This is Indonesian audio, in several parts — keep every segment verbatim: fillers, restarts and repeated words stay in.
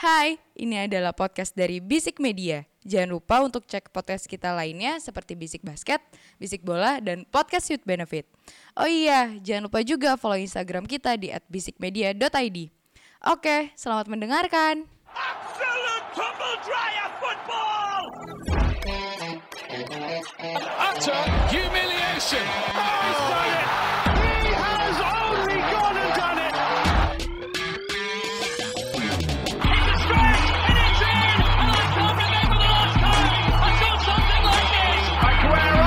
Hai, ini adalah podcast dari Bisik Media. Jangan lupa untuk cek podcast kita lainnya seperti Bisik Basket, Bisik Bola, dan Podcast Youth Benefit. Oh iya, jangan lupa juga follow Instagram kita di at bisikmedia dot i d. Oke, selamat mendengarkan. Absolute tumble dryer football! Utter humiliation! Oh, he's done it! He has only gone and done it! It's a stretch, and it's in! And I can't remember the last time I saw something like this! Aguero!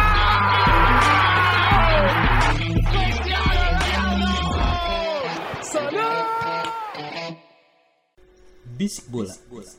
Cristiano Ronaldo! Salah! Bisik Bola.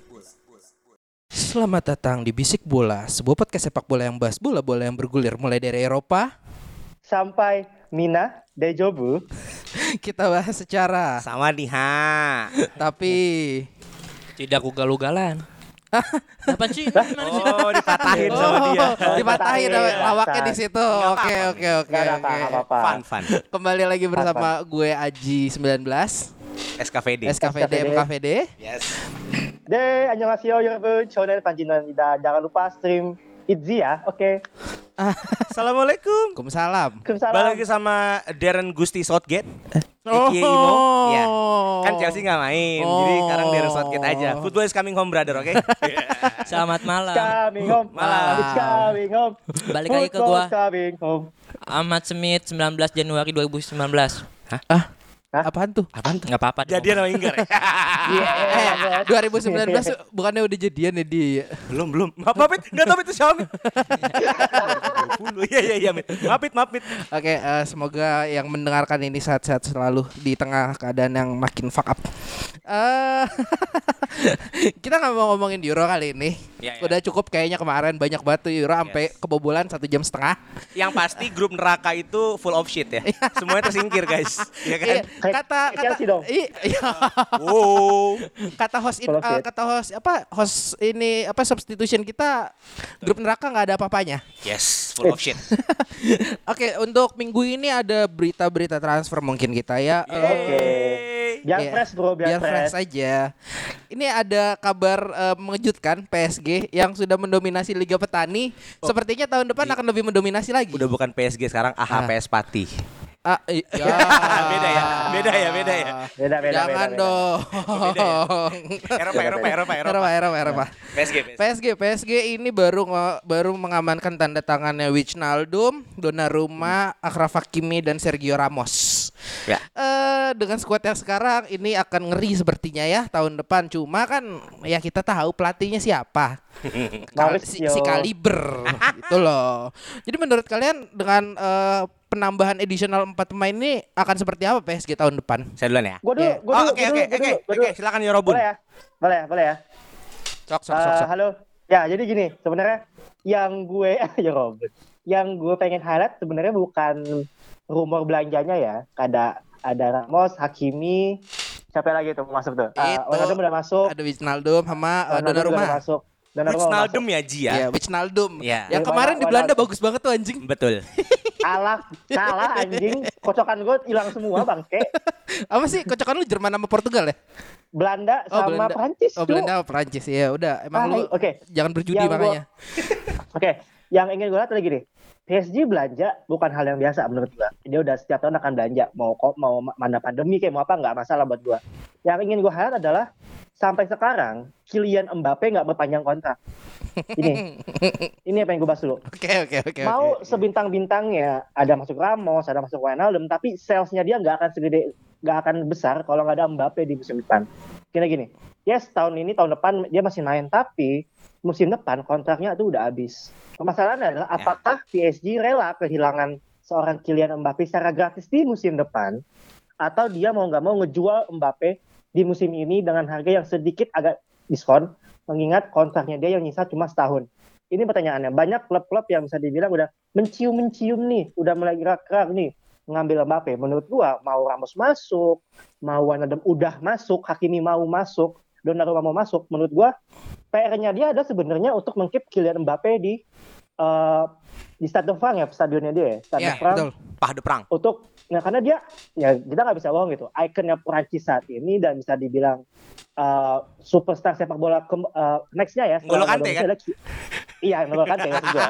Selamat datang di Bisik Bola, sebuah podcast sepak bola yang bahas bola-bola yang bergulir mulai dari Eropa sampai Mina Dejobu. Kita bahas secara sama nih ha. tapi tidak ugal-ugalan. Apa sih? Oh, dipatahin sama dia. Oh, dipatahin dipatahin. lawaknya di situ. Oke oke oke Gak ada oke. apa-apa. Fun fun. Kembali lagi bersama gue Aji sembilan belas S K V D. S K V D M K V D. Yes. 네, 안녕하세요 여러분. 저는 반진원입니다. Jangan lupa stream Itzy ya. Oke. Assalamualaikum. Waalaikumsalam. Waalaikumsalam. Balik lagi sama Darren Gusti Southgate. Oh. Eki Imo. Ya. Kan Chelsea nggak main, Oh. jadi sekarang Darren Southgate aja. Football is coming home, brother. Oke. Selamat malam. Coming home. Malam. It's coming home. Balik lagi ke Football gua. coming home. Ahmad Smith sembilan belas Januari dua ribu sembilan belas. Ah, apaan tuh? Apaan tuh? Enggak apa-apa. Jadian sama Inggar. Eh, dua ribu sembilan belas bukannya udah jadian ya di Belum, belum. Maaf, maaf, Mit. Nggak tahu itu siapa, Mit. dua puluh. Iya, iya, iya, Mit. Maaf, Mit, maaf, Mit. Oke, eh, semoga yang mendengarkan ini sehat-sehat selalu di tengah keadaan yang makin fuck up. Eh, kita nggak mau ngomongin Euro kali ini. Ya, ya. Udah cukup kayaknya kemarin banyak banget tuh Euro sampai Yes. kebobolan satu jam setengah. Yang pasti grup neraka itu full of shit ya. Semuanya tersingkir, guys. Iya kan? Iya, kata Kayak kata Chelsea dong. i- iya. Wow. Kata host in- Full of eh, shit. kata host apa host ini apa substitution kita grup neraka nggak ada apa-apanya. Yes, full of shit. Oke, untuk minggu ini ada berita-berita transfer mungkin kita ya. Eh, Oke. Biar Iya, fresh bro, biar, biar fresh aja. Ini ada kabar eh, mengejutkan P S G yang sudah mendominasi Liga Petani. Sepertinya tahun depan akan lebih mendominasi lagi. Udah bukan P S G sekarang, A H P S Pati. Ah, i- ya. Beda ya, beda ya, beda ya. Beda, beda, Jangan beda, beda. dong. Eropa, Eropa, Eropa, Eropa. Eropa, Eropa, Eropa. P S G, P S G. P S G, P S G ini baru nge- baru mengamankan tanda tangannya Wijnaldum, Donnarumma, Achraf Hakimi dan Sergio Ramos. Ya. Eh, dengan skuad yang sekarang ini akan ngeri sepertinya ya tahun depan. Cuma kan ya kita tahu pelatihnya siapa. Kal- si, si Kaliber gitu loh. Jadi menurut kalian dengan eh, penambahan additional empat pemain ini akan seperti apa P S G tahun depan? Saya duluan ya. Gua dulu, Iya. gua Oh, dulu, oke, gua oke, dulu, gua oke, dulu, gua oke. dulu. Silakan Yorobun. Boleh ya? Boleh ya? Boleh ya? Sok sok Eh, sok sok. halo. Ya, jadi gini, sebenarnya yang gue ya Robert, yang gue pengen highlight sebenarnya bukan rumor belanjanya ya. Ada ada Ramos, Hakimi, siapa lagi tuh masuk tuh? Uh, Itu. Wijnaldum udah masuk. Ada Wijnaldum sama uh, Wijnaldum Donnarumma. udah masuk. Donnarumma Wijnaldum masuk. ya, Ji ya. Iya, Wijnaldum. Iya. Yang Iya, kemarin di banyak- Belanda banyak. bagus banget tuh anjing. Betul. Alah, salah anjing. Kocokan gue hilang semua bangke. Apa sih kocokan lu Jerman sama Portugal ya? Belanda Oh, sama Belanda. Prancis Oh, tuh. Belanda sama Prancis ya. Udah, emang Ah, lu Oke. jangan berjudi Yang gua- makanya. Oke, yang ingin gue lihat lagi nih. P S G belanja bukan hal yang biasa menurut gue. Dia udah setiap tahun akan belanja. Mau kok mau mana pandemi kayak mau apa nggak masalah buat gue. Yang ingin gue highlight adalah sampai sekarang Kylian Mbappe nggak berpanjang kontrak. Ini, ini apa yang gue bahas dulu. Oke, oke, oke. Mau oke. sebintang-bintangnya ada masuk Ramos, ada masuk Wijnaldum, tapi salesnya dia nggak akan segede, nggak akan besar kalau nggak ada Mbappe di musim depan. Kira gini, yes tahun ini tahun depan dia masih main, tapi musim depan kontraknya itu udah habis. Permasalahannya adalah Ya. apakah P S G rela kehilangan seorang Kylian Mbappe secara gratis di musim depan, atau dia mau nggak mau ngejual Mbappe di musim ini dengan harga yang sedikit agak diskon, mengingat kontraknya dia yang nyisa cuma setahun. Ini pertanyaannya, banyak klub-klub yang bisa dibilang udah mencium-mencium nih, udah mulai gerak-gerak nih, mengambil Mbappe. Menurut gua, mau Ramos masuk, mau Wijnaldum udah masuk, Hakimi mau masuk, Donnarumma mau masuk, menurut gua P R-nya dia ada sebenarnya untuk mengkeep Kylian Mbappe di uh, di Stade de France ya, stadionnya dia ya, Stade Iya, de France. betul. Pah de perang. Untuk nah karena dia ya kita nggak bisa bohong gitu, ikonnya Prancis saat ini dan bisa dibilang uh, superstar sepak bola ke, uh, nextnya ya. N'Golo Kante kan? Adalah, iya, N'Golo Kante maksud gue.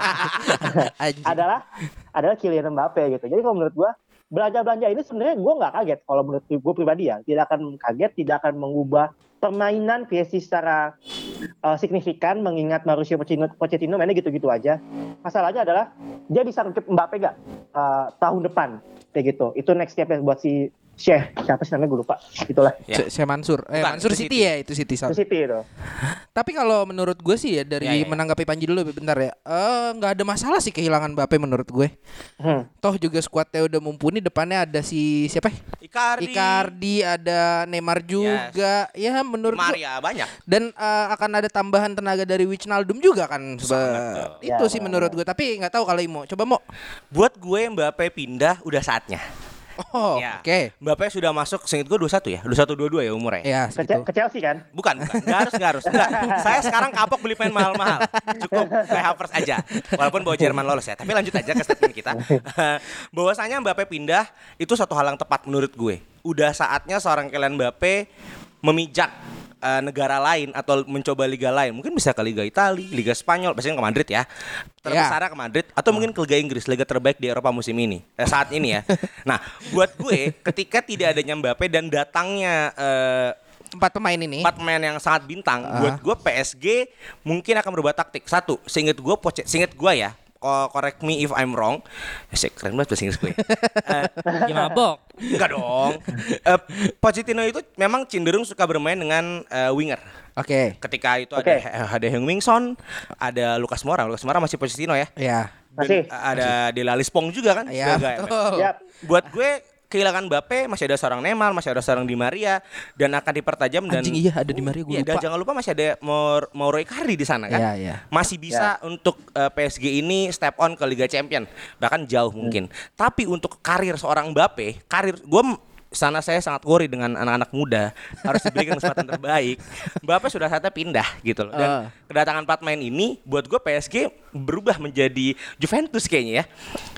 adalah adalah Kylian Mbappe gitu. Jadi kalau menurut gue belanja-belanja ini sebenarnya gue nggak kaget. Kalau menurut gue pribadi ya, tidak akan kaget, tidak akan mengubah permainan P S G secara uh, signifikan, mengingat Mauricio Pochettino, Pochettino mainnya gitu-gitu aja. Masalahnya adalah dia bisa nge-keep Mbappe gak uh, tahun depan kayak gitu. Itu next step buat si Syekh, siapa sih namanya gue lupa. Itulah. Ya. Saya Mansur. Eh Bukan, Mansur itu City, City. ya, itu City. Itu City itu. Tapi kalau menurut gue sih ya dari Ya, ya, ya. menanggapi Panji dulu bentar ya. Eh nggak ada masalah sih kehilangan Mbappe menurut gue. Hmm. Toh juga skuadnya udah mumpuni, depannya ada si siapa? Icardi, Icardi, ada Neymar juga. Ya menurut gue. Maria banyak. Dan uh, akan ada tambahan tenaga dari Wijnaldum juga kan. Ba- Ya, itu sih benar. menurut gue. Tapi nggak tahu kalau Imo. Coba Mo. Buat gue Mbappe pindah udah saatnya. Oh, Ya. oke. Mbappe sudah masuk, seinget gue dua puluh satu ya, dua puluh satu dua puluh dua ya umurnya. Ya, Ke, segitu. ke Chelsea kan? Bukan, bukan. Nggak harus, nggak harus. Nggak. Saya sekarang kapok beli pemain mahal-mahal. Cukup kayak Havertz aja. Walaupun bawa Jerman lolos ya. Tapi lanjut aja ke statement kita. Bahwasanya Mbappe pindah itu satu hal yang tepat menurut gue. Udah saatnya seorang Kylian Mbappe memijak uh, negara lain atau mencoba liga lain. Mungkin bisa ke Liga Italia, Liga Spanyol, biasanya ke Madrid ya. Terbesarnya ke Madrid atau mungkin ke Liga Inggris, liga terbaik di Eropa musim ini. Eh, saat ini ya. Nah, buat gue ketika tidak adanya Mbappe dan datangnya uh, Empat pemain ini. empat pemain yang sangat bintang, Ah. buat gue P S G mungkin akan berubah taktik. Satu, seinget gue, Poche- seinget gue ya, ko- correct me if I'm wrong. Eh, keren banget bahasa Inggris gue. Eh, Ya mabok. enggak dong. Eh, Pochettino itu memang cenderung suka bermain dengan eh, winger. Oke. Ketika itu Oke. ada ada Heung-min Son, ada Lucas Moura. Lucas Moura masih Pochettino ya. Ya. Dan Masih. ada Delali Spong juga kan Ya, sebagai- betul. Yap. Buat gue kehilangan Mbappe masih ada seorang Neymar, masih ada seorang Di Maria dan akan dipertajam dan Anjing, iya, ada Di Maria, gue Iya, dan lupa. jangan lupa masih ada Maur- Mauro Icardi di sana kan. Iya, iya. Masih bisa untuk uh, P S G ini step on ke Liga Champion, bahkan jauh mungkin. Tapi untuk karir seorang Mbappe, karir gue sana saya sangat worry dengan anak-anak muda, harus diberikan kesempatan terbaik. Mbappe sudah saatnya pindah gitu loh. Dan Ah. kedatangan empat main ini buat gue P S G berubah menjadi Juventus kayaknya ya.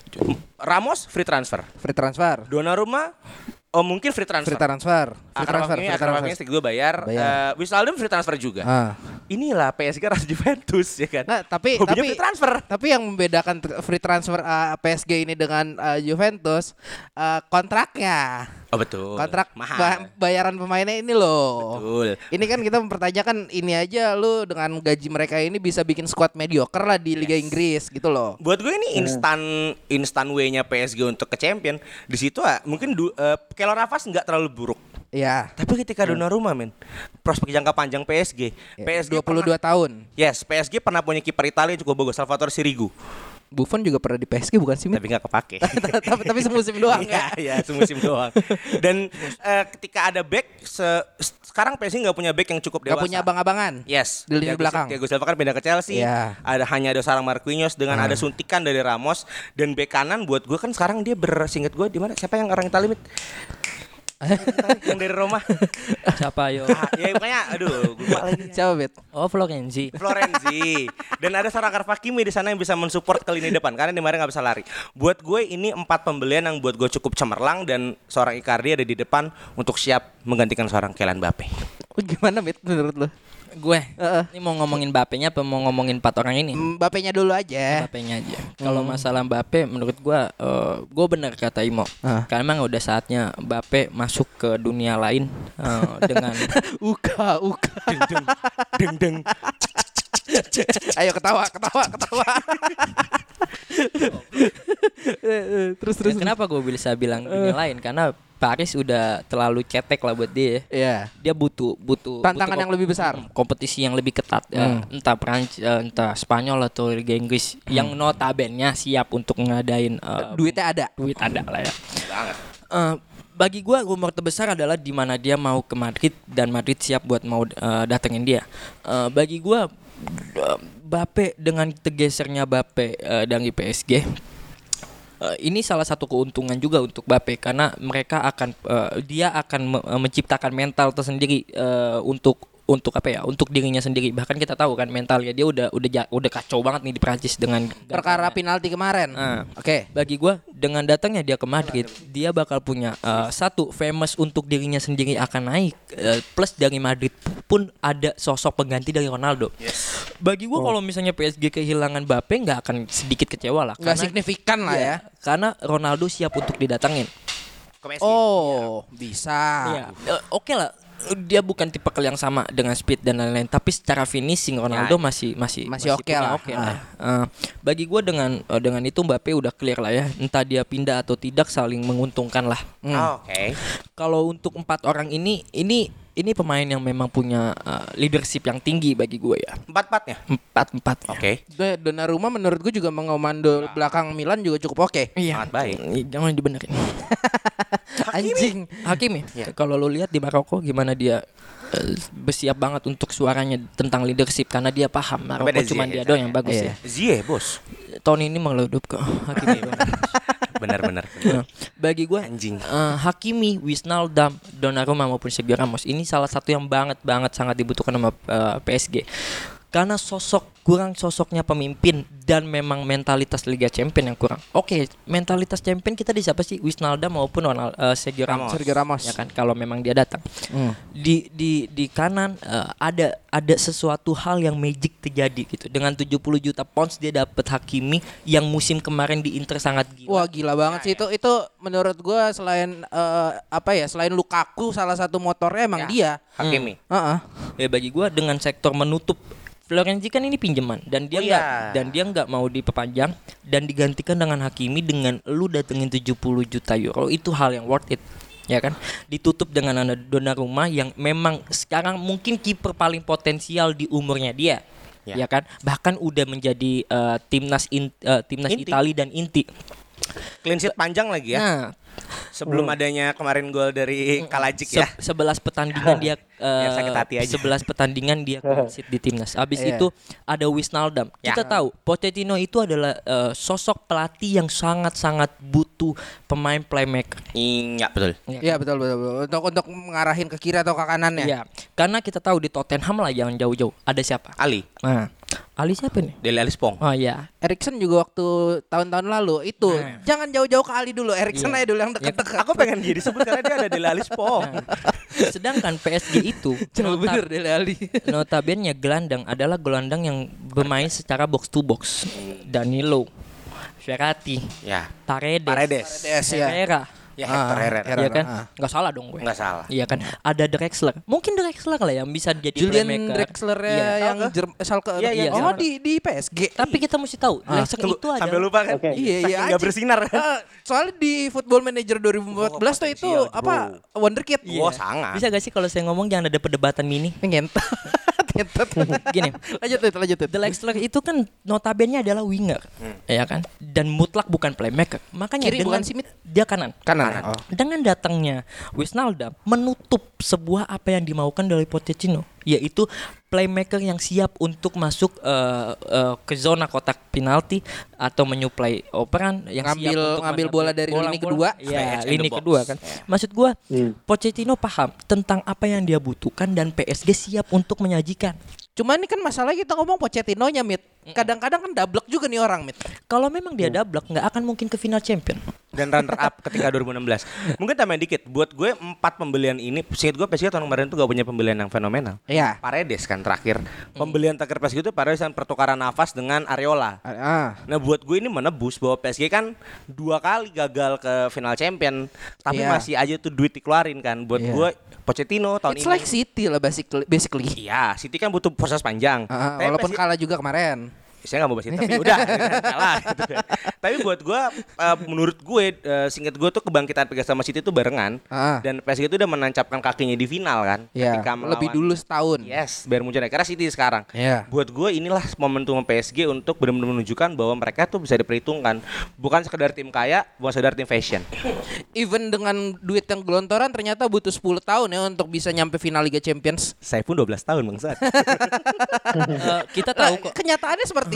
Ramos free transfer. Free transfer. Donnarumma oh mungkin free transfer. Free transfer. Free transfer. Akar Free akar transfer. gue bayar. Bayar. Eh, Wijnaldum free transfer juga. Ah. Inilah P S G rasa Juventus ya kan. Nah, tapi Hobinya tapi free transfer. Tapi yang membedakan tr- free transfer uh, P S G ini dengan uh, Juventus uh, kontraknya. Oh betul. Kontrak mahal. ba- bayaran pemainnya ini loh. Betul. Ini kan kita mempertanyakan ini aja lu dengan gaji mereka ini bisa bikin squad mediocre lah di Liga Inggris gitu loh. Buat gue ini instan instan way-nya P S G untuk ke champion. Di situ ah, mungkin du, uh, Keylor Navas nggak terlalu buruk. Ya. Tapi ketika Donnarumma men, prospek jangka panjang P S G. P S G dua puluh dua pernah- tahun. Yes, P S G pernah punya kiper Italia yang cukup bagus, Salvatore Sirigu. Buffon juga pernah di P S G bukan sih? Mit? Tapi nggak kepake. tapi tapi semusim doang Iya, ya. iya, semusim doang. Dan eh, ketika ada back, se- sekarang P S G nggak punya back yang cukup Gak dewasa. punya abang-abangan. Yes, Di lini Thiago- belakang. Thiago Silva kan pindah ke Chelsea. Iya. Ada hanya ada seorang Marquinhos dengan Ah. ada suntikan dari Ramos dan bek kanan buat gue kan sekarang dia bersingkat gue di mana? Siapa yang orang Italia Mit? yang dari Roma. Siapa yo? Ah, ya pokoknya aduh, gue lupa lagi. Coba Bet. Oh Florenzi. Florenzi dan ada seorang Karvakimi di sana yang bisa mensupport ke lini depan karena di Maria nggak bisa lari. Buat gue ini empat pembelian yang buat gue cukup cemerlang dan seorang Icardi ada di depan untuk siap menggantikan seorang Kylian Mbappe. Gimana Bet menurut lu? Gue. Heeh. Ini mau ngomongin Mbappe-nya apa mau ngomongin empat orang ini? Mbappe-nya dulu aja. Mbappe-nya aja. Kalau masalah Mbappe menurut gua uh, gua benar kata Imo. Ah. Karena emang udah saatnya Mbappe masuk ke dunia lain uh, dengan Uka, uka. Deng deng deng deng. Ayo ketawa, ketawa, ketawa. terus terus. Ya, kenapa gue bisa bilang dunia lain? Karena Paris udah terlalu cetek lah buat dia. Iya. Dia butuh butuh Tantangan butuh yang lebih besar. Hmm, kompetisi yang lebih ketat, ya. Hmm. Entah Prancis, eh, entah Spanyol atau Liga Inggris yang notabene siap untuk ngadain eh, Duitnya ada. duit ada lah ya. Banget. Eh, bagi gua rumor terbesar adalah di mana dia mau ke Madrid dan Madrid siap buat mau eh, datengin dia. Eh, bagi gua eh, Mbappe dengan tergesernya Mbappe eh, dari P S G Uh, ini salah satu keuntungan juga untuk Mbappe karena mereka akan uh, dia akan me- menciptakan mental tersendiri uh, untuk untuk apa ya? Untuk dirinya sendiri. Bahkan kita tahu kan mentalnya dia udah udah ja- udah kacau banget nih di Prancis dengan Perkara penalti kemarin. Nah, Oke. bagi gua dengan datangnya dia ke Madrid, dia bakal punya uh, satu famous untuk dirinya sendiri akan naik. Uh, plus dari Madrid pun ada sosok pengganti dari Ronaldo. Bagi gua kalau misalnya P S G kehilangan Mbappe nggak akan sedikit kecewa lah. Nggak Karena- signifikan lah ya. Karena Ronaldo siap untuk didatangin. Ke P S G. Oh, bisa. Iya, Eh, oke lah. Dia bukan tipe yang sama dengan speed dan lain-lain, tapi secara finishing Ronaldo Ya. masih masih Masih oke punya lah. oke lah. Eh, bagi gue dengan eh, dengan itu Mbappe udah clear lah ya. Entah dia pindah atau tidak saling menguntungkan lah. Oh, Oke. Kalau untuk empat orang ini ini ini pemain yang memang punya eh, leadership yang tinggi bagi gue ya. Empat-empatnya. Empat empat. Oke. Da- Donnarumma menurut gue juga mengomando belakang Milan juga cukup oke. Iya. Sangat baik. Jangan dibenerin. Anjing. Hakimi. Ya. Kalau lo lihat di Maroko gimana dia eh, bersiap banget untuk suaranya tentang leadership karena dia paham Maroko Beda cuma Ziyech dia ya, doang yang bagus Iya. ya. Zie, bos. Tahun ini mengeludup kok Hakimi. Benar-benar. Nah, bagi gue Anjing. eh, Hakimi, Wijnaldum, Donnarumma maupun Sergio Ramos ini salah satu yang banget banget sangat dibutuhkan sama eh, P S G. Karena sosok kurang sosoknya pemimpin dan memang mentalitas Liga Champion yang kurang. Oke, mentalitas champion kita di siapa sih? Wijnaldum maupun Ronald, eh, Sergio Ramos. Sergio Ramos. Ya kan kalau memang dia datang. Hmm. Di di di kanan eh, ada ada sesuatu hal yang magic terjadi gitu. Dengan tujuh puluh juta pounds dia dapat Hakimi yang musim kemarin di Inter sangat gila. Wah gila banget sih itu itu menurut gue selain eh, apa ya selain Lukaku salah satu motornya emang Ya. dia. Hakimi. Heeh. Ya bagi gua dengan sektor menutup Florenzi kan ini pinjaman dan dia Oh, nggak iya. dan dia nggak mau diperpanjang dan digantikan dengan Hakimi dengan lu datengin tujuh puluh juta euro itu hal yang worth it ya kan, ditutup dengan ada Donnarumma yang memang sekarang mungkin kiper paling potensial di umurnya dia Ya. ya kan, bahkan udah menjadi eh, timnas in, eh, timnas Inti. Italia dan inti. Clean sheet panjang lagi ya. Nah, Sebelum adanya kemarin gol dari Kalajic Se- ya. sebelas pertandingan dia Biar eh, sakit hati aja. sebelas pertandingan dia clean sheet di timnas. Habis Iya. itu ada Wijnaldum. Ya. Kita tahu Pochettino itu adalah eh, sosok pelatih yang sangat-sangat butuh pemain playmaker. Iya, betul. Iya betul, betul betul untuk untuk mengarahin ke kiri atau ke kanan ya. Iya. Karena kita tahu di Tottenham lah yang jauh-jauh ada siapa? Ali, Nah, Ali siapa nih? Dele Alli Spong. Oh iya. Erikson juga waktu tahun-tahun lalu itu Nah. jangan jauh-jauh ke Ali dulu. Erikson Iya. aja dulu yang dekat-dekat. Aku pengen dia disebut karena dia ada Dele Alli Spong. Sedangkan P S G itu Jauh nota- bener Dele Alli. notabene gelandang adalah gelandang yang bermain secara box to box. Danilo, Verratti, Ya, Paredes, Paredes. Paredes, ya. Herrera. Ya, Hector Ah, Herrera. Herrera. Iya kan? ah. Nggak salah dong gue. Enggak salah. Iya kan? Ada Drexler. Mungkin Drexler lah yang bisa jadi Julian playmaker. Drexler Iya. yang Jerm Schalke. Iya, iya, oh Schalke. di di P S G. Tapi kita mesti tahu, Drexler Tunggu, itu sampai adalah lupa kan? Oke. Iya, iya, Enggak anjing. bersinar kan? Eh, soalnya di Football Manager dua ribu empat belas tuh itu potensial, apa wonderkid. Iya. Oh, sangat. Bisa gak sih kalau saya ngomong jangan ada perdebatan mini? Ngentot. Ngentot. Gini, Lanjut Tit, lanjut Tit. Drexler itu kan notabene adalah winger, ya kan? Dan mutlak bukan playmaker. Makanya Kiri dengan bukan Simit? dia kanan. Kanan. Oh. Dengan datangnya Wijnaldum menutup sebuah apa yang dimaukan dari Pochettino, yaitu playmaker yang siap untuk masuk eh, eh, ke zona kotak penalti atau menyuplai operan yang siap Ngambil- untuk ngambil mengambil bola dari bola- lini bola. kedua. Iya, Stretch in lini the box. kedua kan. Maksud gua Hmm. Pochettino paham tentang apa yang dia butuhkan dan P S G siap untuk menyajikan. Cuma ini kan masalahnya kita ngomong Pochettino-nya, Mit. Kadang-kadang kan dablek juga nih orang, Mit. Kalau memang dia double nggak akan mungkin ke final champion. Dan runner up ketika dua ribu enam belas. Mungkin tambahin dikit. Buat gue empat pembelian ini, seingat gue P S G tahun kemarin tuh gak punya pembelian yang fenomenal. Iya. Paredes kan terakhir. Pembelian terakhir P S G itu Paredes dan pertukaran nafas dengan Areola. Ah. Nah buat gue ini menebus bahwa P S G kan dua kali gagal ke final champion, tapi Iya. masih aja tuh duit dikeluarin kan. Buat Iya. gue Pochettino tahun It's ini. like City lah basically. basically. Iya, City kan butuh proses panjang. Ah, Tapi walaupun P S G kalah juga kemarin. saya nggak mau bahas itu tapi udah kalah gitu kan. Tapi buat gue uh, menurut gue uh, singkat gue tuh kebangkitan P S G sama City itu barengan Ah. dan P S G itu udah menancapkan kakinya di final kan Ya, ketika melawan lebih dulu setahun. yes Bayern Munchen karena City sekarang. Iya. Buat gue inilah momentum P S G untuk benar-benar menunjukkan bahwa mereka tuh bisa diperhitungkan, bukan sekedar tim kaya, bukan sekedar tim fashion. Even dengan duit yang gelontoran ternyata butuh sepuluh tahun ya untuk bisa nyampe final Liga Champions. Saya pun dua belas tahun bangsat. Eh, kita tahu Nah, kok. kenyataannya seperti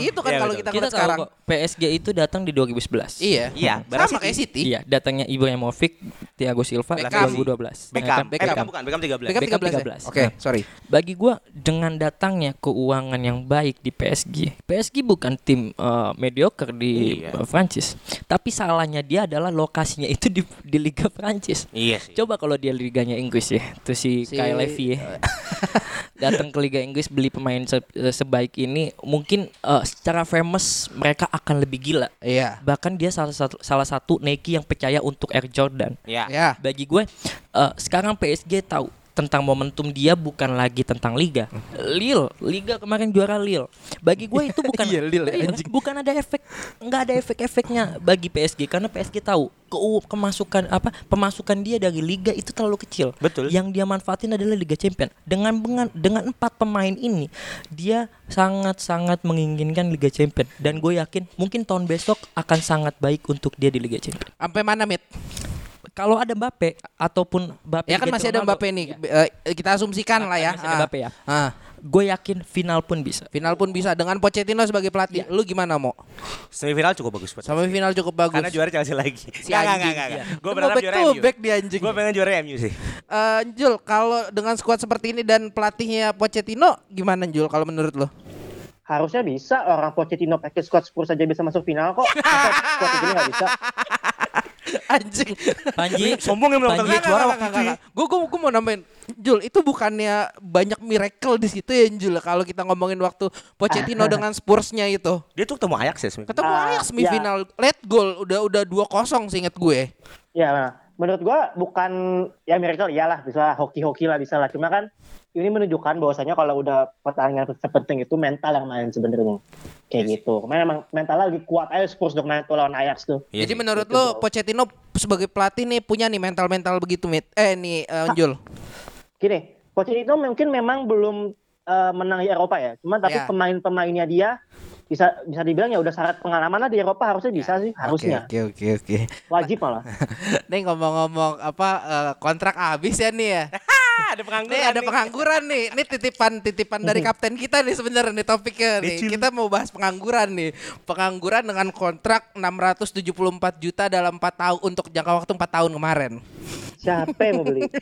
seperti itu kan Iya, kalau betul. kita Kita ngeliat tahu sekarang. kok P S G itu datang di dua ribu sebelas. Iya. Iya, Barca Sama City. kayak City. Iya, datangnya Ibrahimovic, Thiago Silva Beckham. dua ribu dua belas. Beckham, Beckham. Beckham bukan, Beckham tiga belas. Beckham tiga belas. tiga ya? belas. Oke, Nah. sorry. Bagi gua dengan datangnya keuangan yang baik di P S G. P S G bukan tim uh, mediocre di Iya. uh, Prancis, tapi salahnya dia adalah lokasinya itu di, di Liga Prancis. Iya sih. Coba kalau dia liganya Inggris ya, tuh si, Si- Kyle Levy ya. Datang ke Liga Inggris beli pemain se- sebaik ini, mungkin uh, secara famous mereka akan lebih gila. Iya. Bahkan dia salah satu salah satu Nike yang percaya untuk Air Jordan. Ya. Ya. Bagi gue uh, sekarang P S G tahu tentang momentum dia bukan lagi tentang liga. Lille, liga kemarin juara Lille. Bagi gue itu bukan Iya, Lille, iya, anjing. bukan ada efek, nggak ada efek-efeknya bagi P S G karena P S G tahu ke kemasukan apa pemasukan dia dari liga itu terlalu kecil. Betul. Yang dia manfaatin adalah Liga Champion. Dengan dengan dengan empat pemain ini dia sangat-sangat menginginkan Liga Champion dan gue yakin mungkin tahun besok akan sangat baik untuk dia di Liga Champion. Sampai mana, Mit? Kalau ada Mbappe ataupun Mbappe Ya kan diganti masih ada Ronaldo, Mbappe nih. Eh, kita asumsikan lah ya. masih ada Ah. Mbappe ya. Ah. Gue yakin final pun bisa. Final pun bisa dengan Pochettino sebagai pelatih. Lu gimana, Mo? Semifinal cukup bagus buat Sampai final cukup bagus. karena juara Chelsea lagi. Si Enggak, enggak, anjing. enggak, enggak. Gue Kan berharap back juara to M U. back dia, anjing. Gue pengen juara M U sih. Eh, Jul, kalau dengan skuad seperti ini dan pelatihnya Pochettino gimana, Jul, kalau menurut lo? Harusnya bisa, orang Pochettino pakai squad Spurs saja bisa masuk final kok. Masa squad ini nggak bisa. Anjing. Panji, Sombong yang melakukan Panji, juara waktu itu. ya. Gue gue gue mau nambahin, Jul, itu bukannya banyak miracle di situ ya, Jul, kalau kita ngomongin waktu Pochettino dengan Spursnya itu. Dia tuh ketemu Ajax ya semifinal. Ketemu Ah, Ajax semifinal, late goal udah udah dua kosong seinget gue. Ya, nah, menurut gua bukan ya miracle, iyalah bisa hoki-hoki lah bisa lah. Cuma kan ini menunjukkan bahwasanya kalau udah pertandingan sepenting itu mental yang main sebenarnya. Kayak gitu. Kemarin emang mentalnya lagi kuat aja Spurs untuk main tuh lawan Ajax tuh. Iya Jadi sih. menurut Itu, lo Bro. Pochettino sebagai pelatih nih punya nih mental-mental begitu, Mit? Eh nih, eh, Jul. Gini, Pochettino mungkin memang belum eh, menang di Eropa ya. Cuma tapi Ya. pemain-pemainnya dia bisa bisa dibilang ya udah syarat pengalaman lah di Eropa, harusnya bisa sih, harusnya. Oke, oke, oke. Wajib malah. Nih ngomong-ngomong apa eh, kontrak habis ya nih ya. Ah, ada pengangguran. Nih ada nih. pengangguran nih. Ini titipan titipan dari kapten kita nih sebenarnya nih topiknya nih. Decil. Kita mau bahas pengangguran nih. Pengangguran dengan kontrak enam ratus tujuh puluh empat juta dalam empat tahun untuk jangka waktu empat tahun kemarin. Siapa yang mau beli?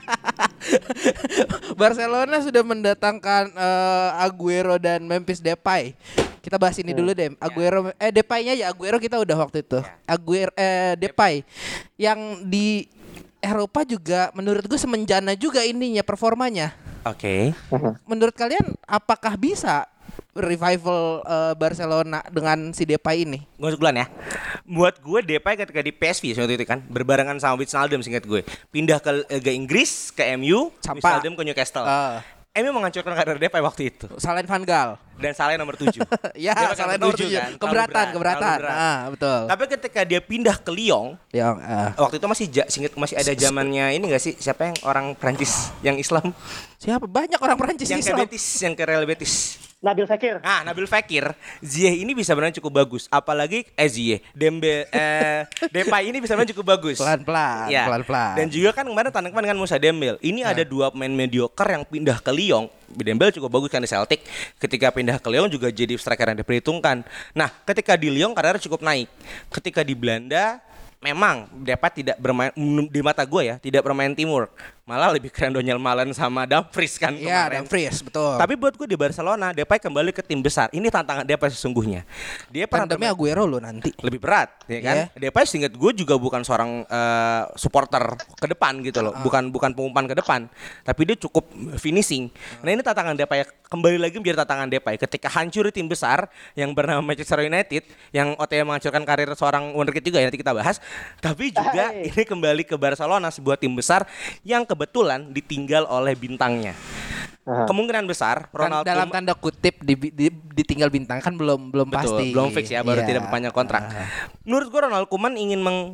Barcelona sudah mendatangkan eh, Aguero dan Memphis Depay. Kita bahas ini dulu deh. Aguero eh Depay-nya ya Aguero kita udah waktu itu. Aguero eh Depay yang di Eropa juga menurut gue semenjana juga ininya performanya. Oke. Menurut kalian apakah bisa revival eh, Barcelona dengan si Depay ini? Gue masuk duluan ya. Buat gue Depay ketika di P S V waktu itu kan berbarengan sama Wijnaldum singkat gue. Pindah ke Liga Inggris ke M U, Sampah. Wijnaldum ke Newcastle. Ah. M U menghancurkan karir Depay waktu itu. Selain Van Gaal. Dan salahnya nomor tujuh. Ya, Dia pakai selain nomor tujuh. kan, terlalu Keberatan, berat, keberatan. terlalu berat. Ah, betul. Tapi ketika dia pindah ke Lyon, Yang ah. waktu itu masih ja, singkat masih ada zamannya ini gak sih? Siapa yang orang Prancis yang Islam? Siapa banyak orang Prancis yang ke Islam. Betis, yang ke Real Betis. Nabil Fekir. Nah, Nabil Fekir, Ziyech ini bisa bermain cukup bagus. Apalagi eh Ziyech, Dembe eh Depay ini bisa bermain cukup bagus. Pelan-pelan, Ya. pelan-pelan. Dan juga kan kemarin tandang dengan Moussa Dembele. Ini ada dua pemain mediocre yang pindah ke Lyon. Dembele cukup bagus kan di Celtic. Ketika pindah ke Lyon juga jadi striker yang diperhitungkan. Nah, ketika di Lyon karirnya cukup naik. Ketika di Belanda memang Depay tidak bermain di mata gue ya, tidak bermain teamwork. Malah lebih keren Daniel Malen sama Dumfries kan Iya, kemarin. Dumfries, betul. Tapi buat gue di Barcelona, Depay kembali ke tim besar. Ini tantangan Depay sesungguhnya. Dia pernah tandemnya bermain- Aguero lo nanti. lebih berat, ya kan? Depay seingat gue juga bukan seorang eh, supporter ke depan gitu loh, bukan bukan pengumpan ke depan, tapi dia cukup finishing. Nah ini tantangan Depay, kembali lagi menjadi tantangan Depay ketika hancur di tim besar yang bernama Manchester United, yang O T M menghancurkan karir seorang wonderkid juga ya, nanti kita bahas. Tapi juga Hai. ini kembali ke Barcelona, sebuah tim besar yang kebetulan ditinggal oleh bintangnya. Aha. Kemungkinan besar Kan Ronaldo dalam tanda kutip di, di, ditinggal bintang kan belum belum Betul, pasti. belum fix ya, baru Iya. tidak berpanjang kontrak. Ah. Menurut gue Ronald Koeman ingin meng,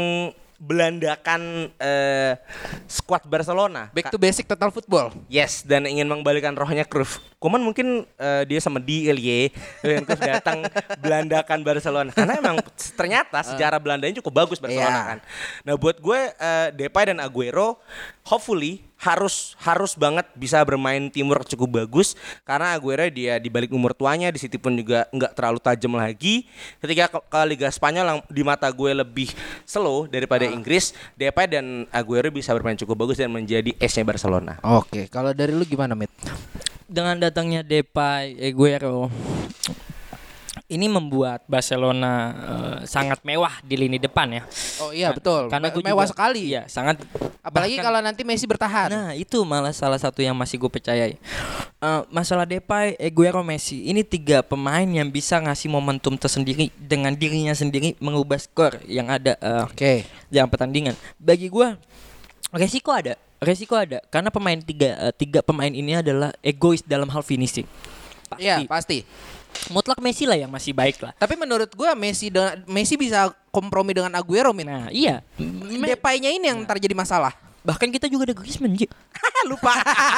mengbelandakan eh, skuad Barcelona. Back to basic total football. Yes, dan ingin mengembalikan rohnya Cruyff. Koeman mungkin eh, dia sama D L Y dan Cruyff datang belandakan Barcelona. Karena emang ternyata sejarah Belandanya cukup bagus Barcelona Iya. kan. Nah buat gue eh, Depay dan Aguero hopefully harus harus banget bisa bermain teamwork cukup bagus karena Aguero dia di balik umur tuanya di City pun juga nggak terlalu tajam lagi. Ketika ke, ke Liga Spanyol yang di mata gue lebih slow daripada uh. Inggris, Depay dan Aguero bisa bermain cukup bagus dan menjadi ace-nya Barcelona. Oke, kalau dari lu gimana, Mit? Dengan datangnya Depay, Aguero, ini membuat Barcelona uh, sangat mewah di lini depan ya. Oh iya, betul. Karena Me- mewah juga, sekali. Iya, sangat. Apalagi bahkan, kalau nanti Messi bertahan. Nah, itu malah salah satu yang masih gue percayai. Uh, masalah Depay, Aguero, Messi, ini tiga pemain yang bisa ngasih momentum tersendiri dengan dirinya sendiri mengubah skor yang ada uh, Oke. Okay. dalam pertandingan. Bagi gue resiko ada. Resiko ada karena pemain tiga uh, tiga pemain ini adalah egois dalam hal finishing. Pasti. Iya, pasti. Mutlak Messi lah yang masih baik lah. Tapi menurut gua Messi dengan Messi bisa kompromi dengan Aguero, Min. Nah, iya. Depay-nya ini yang ntar jadi masalah. Bahkan kita juga ada Griezmann, Ji. Lupa.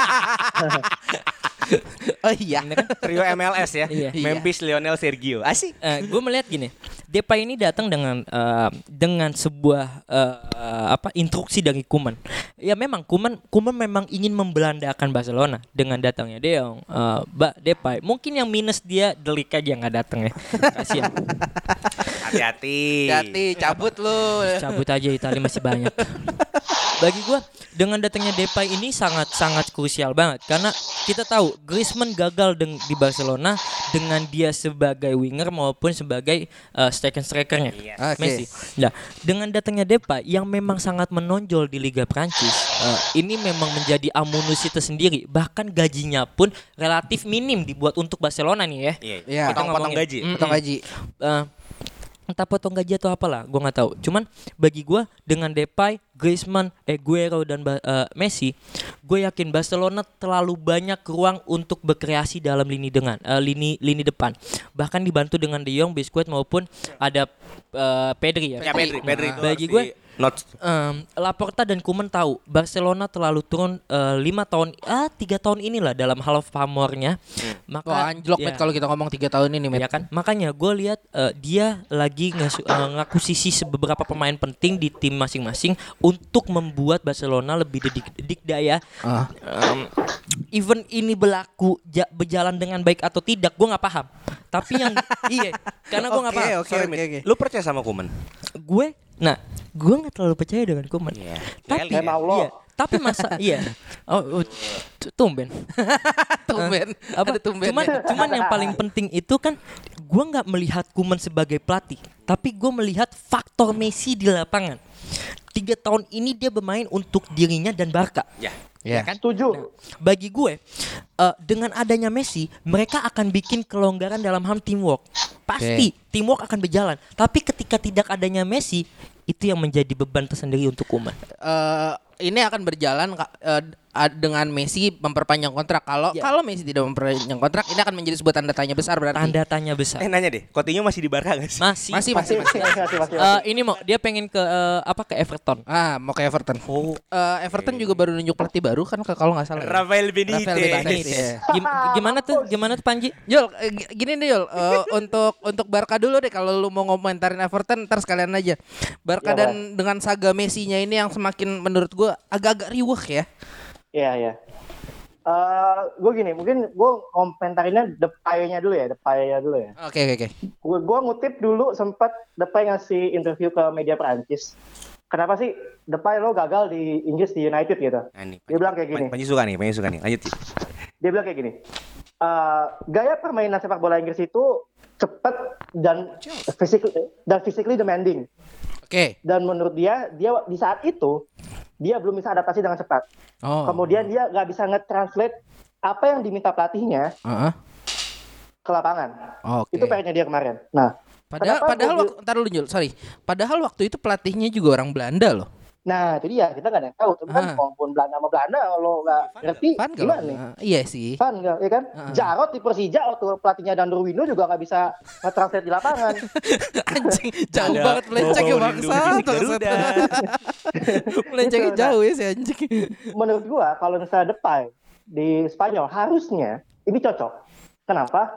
Oh iya. Trio M L S ya. Iya. Memphis, Lionel, Sergio. Asik. Uh, gue melihat gini, Depay ini datang dengan uh, dengan sebuah uh, uh, apa instruksi dari Koeman. Ya memang Koeman Koeman memang ingin membelandakan Barcelona dengan datangnya De Jong, uh, Ba Depay. Mungkin yang minus dia Delik aja nggak datang ya. Kasian. Hati-hati. Hati, cabut lu. Cabut aja Italia masih banyak. Bagi gue dengan datangnya Depay ini sangat-sangat krusial banget karena kita tahu Griezmann gagal deng- di Barcelona dengan dia sebagai winger maupun sebagai uh, striker strikernya Yes. Messi. Nah, dengan datangnya Depay yang memang sangat menonjol di Liga Prancis, uh, ini memang menjadi amunisi tersendiri. Bahkan gajinya pun relatif minim dibuat untuk Barcelona nih ya. Iya. Iya. Potong-potong gaji. Mm-mm. Potong gaji. Uh, entah potong gaji atau apalah, gue nggak tahu. Cuman bagi gue dengan Depay, Griezmann, Aguero dan uh, Messi, gue yakin Barcelona terlalu banyak ruang untuk berkreasi dalam lini dengan uh, lini lini depan. Bahkan dibantu dengan De Jong, Busquets maupun ada uh, Pedri ya. Ya Pedri, Pedri itu Bagi harus gue di- not Um, Laporta dan Koeman tahu Barcelona terlalu turun uh, lima tahun ah tiga tahun inilah dalam hal pamornya. Maka Wah, anjlok ya, Met kalau kita ngomong tiga tahun ini, Met. ya kan makanya gue lihat uh, dia lagi ngasu- uh, ngakuisisi beberapa pemain penting di tim masing-masing untuk membuat Barcelona lebih didik- dikdaya. Ah. Um, even ini berlaku ja- berjalan dengan baik atau tidak gue nggak paham. Tapi yang iya karena gue nggak Oke, paham. oke, Sorry, oke, Mit. oke. Lu percaya sama Koeman? Gue nah gue nggak terlalu percaya dengan Koeman. Iya. Tapi Leli ya. Emang lo. iya, tapi masa iya. Oh, oh, t- tumben. Tumben. Apa? Ada tumben. Cuman cuman yang paling penting itu kan gue nggak melihat Koeman sebagai pelatih, tapi gue melihat faktor Messi di lapangan. Tiga tahun ini dia bermain untuk dirinya dan Barca. Ya. Ya. kan? Setuju. Nah, bagi gue uh, dengan adanya Messi, mereka akan bikin kelonggaran dalam hal teamwork. Pasti teamwork akan berjalan. Tapi ketika tidak adanya Messi, itu yang menjadi beban tersendiri untuk Koeman. Eh, ini akan berjalan eh, ad- dengan Messi memperpanjang kontrak. Kalau Ya. kalau Messi tidak memperpanjang kontrak, ini akan menjadi sebuah tanda tanya besar berarti. Tanda tanya besar. Eh nanya deh, Coutinho masih di Barca gak sih? Masih. Masih, masih, masih. masih, masih, masih. Eh, ini mau dia pengen ke eh, apa ke Everton. Ah, mau ke Everton. Oh. Eh, Everton juga baru nunjuk pelatih baru kan kalau nggak salah. Rafael Benitez. Rafael Benitez, iya. Gim- gimana tuh? Gimana tuh Panji? Jul, eh, g- gini deh Jul, Eh, untuk untuk Barca dulu deh kalau lu mau ngomentarin Everton, ntar sekalian aja. Barca Ya, dan dengan saga Messi-nya ini yang semakin menurut gua agak-agak riweh ya. Iya, iya. Eh, gue gini, mungkin gue komentarinnya Depay-nya dulu ya, Depay-nya dulu ya. Oke oke oke. Gue gue ngutip dulu sempat Depay ngasih interview ke media Perancis. Kenapa sih Depay lo gagal di Inggris di United gitu? Nah, nih, Dia bilang kayak gini. Panji suka nih, Panji suka nih. Lanjut. Ci. Dia bilang kayak gini. Eh, gaya permainan sepak bola Inggris itu cepat dan physically dan physically demanding. Oke. Dan menurut dia, dia di saat itu dia belum bisa adaptasi dengan cepat. Oh. Kemudian dia nggak bisa nge-translate apa yang diminta pelatihnya Heeh. ke lapangan. Oke. Itu P R-nya dia kemarin. Nah, Padahal kenapa padahal gua- waktu, ntar dulu Jul, sorry. Padahal waktu itu pelatihnya juga orang Belanda loh. nah itu dia kita nggak ada yang tahu. Tapi kan Ah. walaupun Belanda sama Belanda kalau nggak ngerti Van gimana nih? Ah, iya sih. Van nggak, ya kan? Ah. Jarot di Persija waktu pelatihnya Dan Ruwino juga nggak bisa nge-translate di lapangan. Anjing, jauh Ada banget melencengnya Bobo bangsa. Rindu di Garuda. Melencengnya Gitu, nah. jauh ya si anjing. Menurut gua kalau misalnya Depay di Spanyol harusnya ini cocok. Kenapa?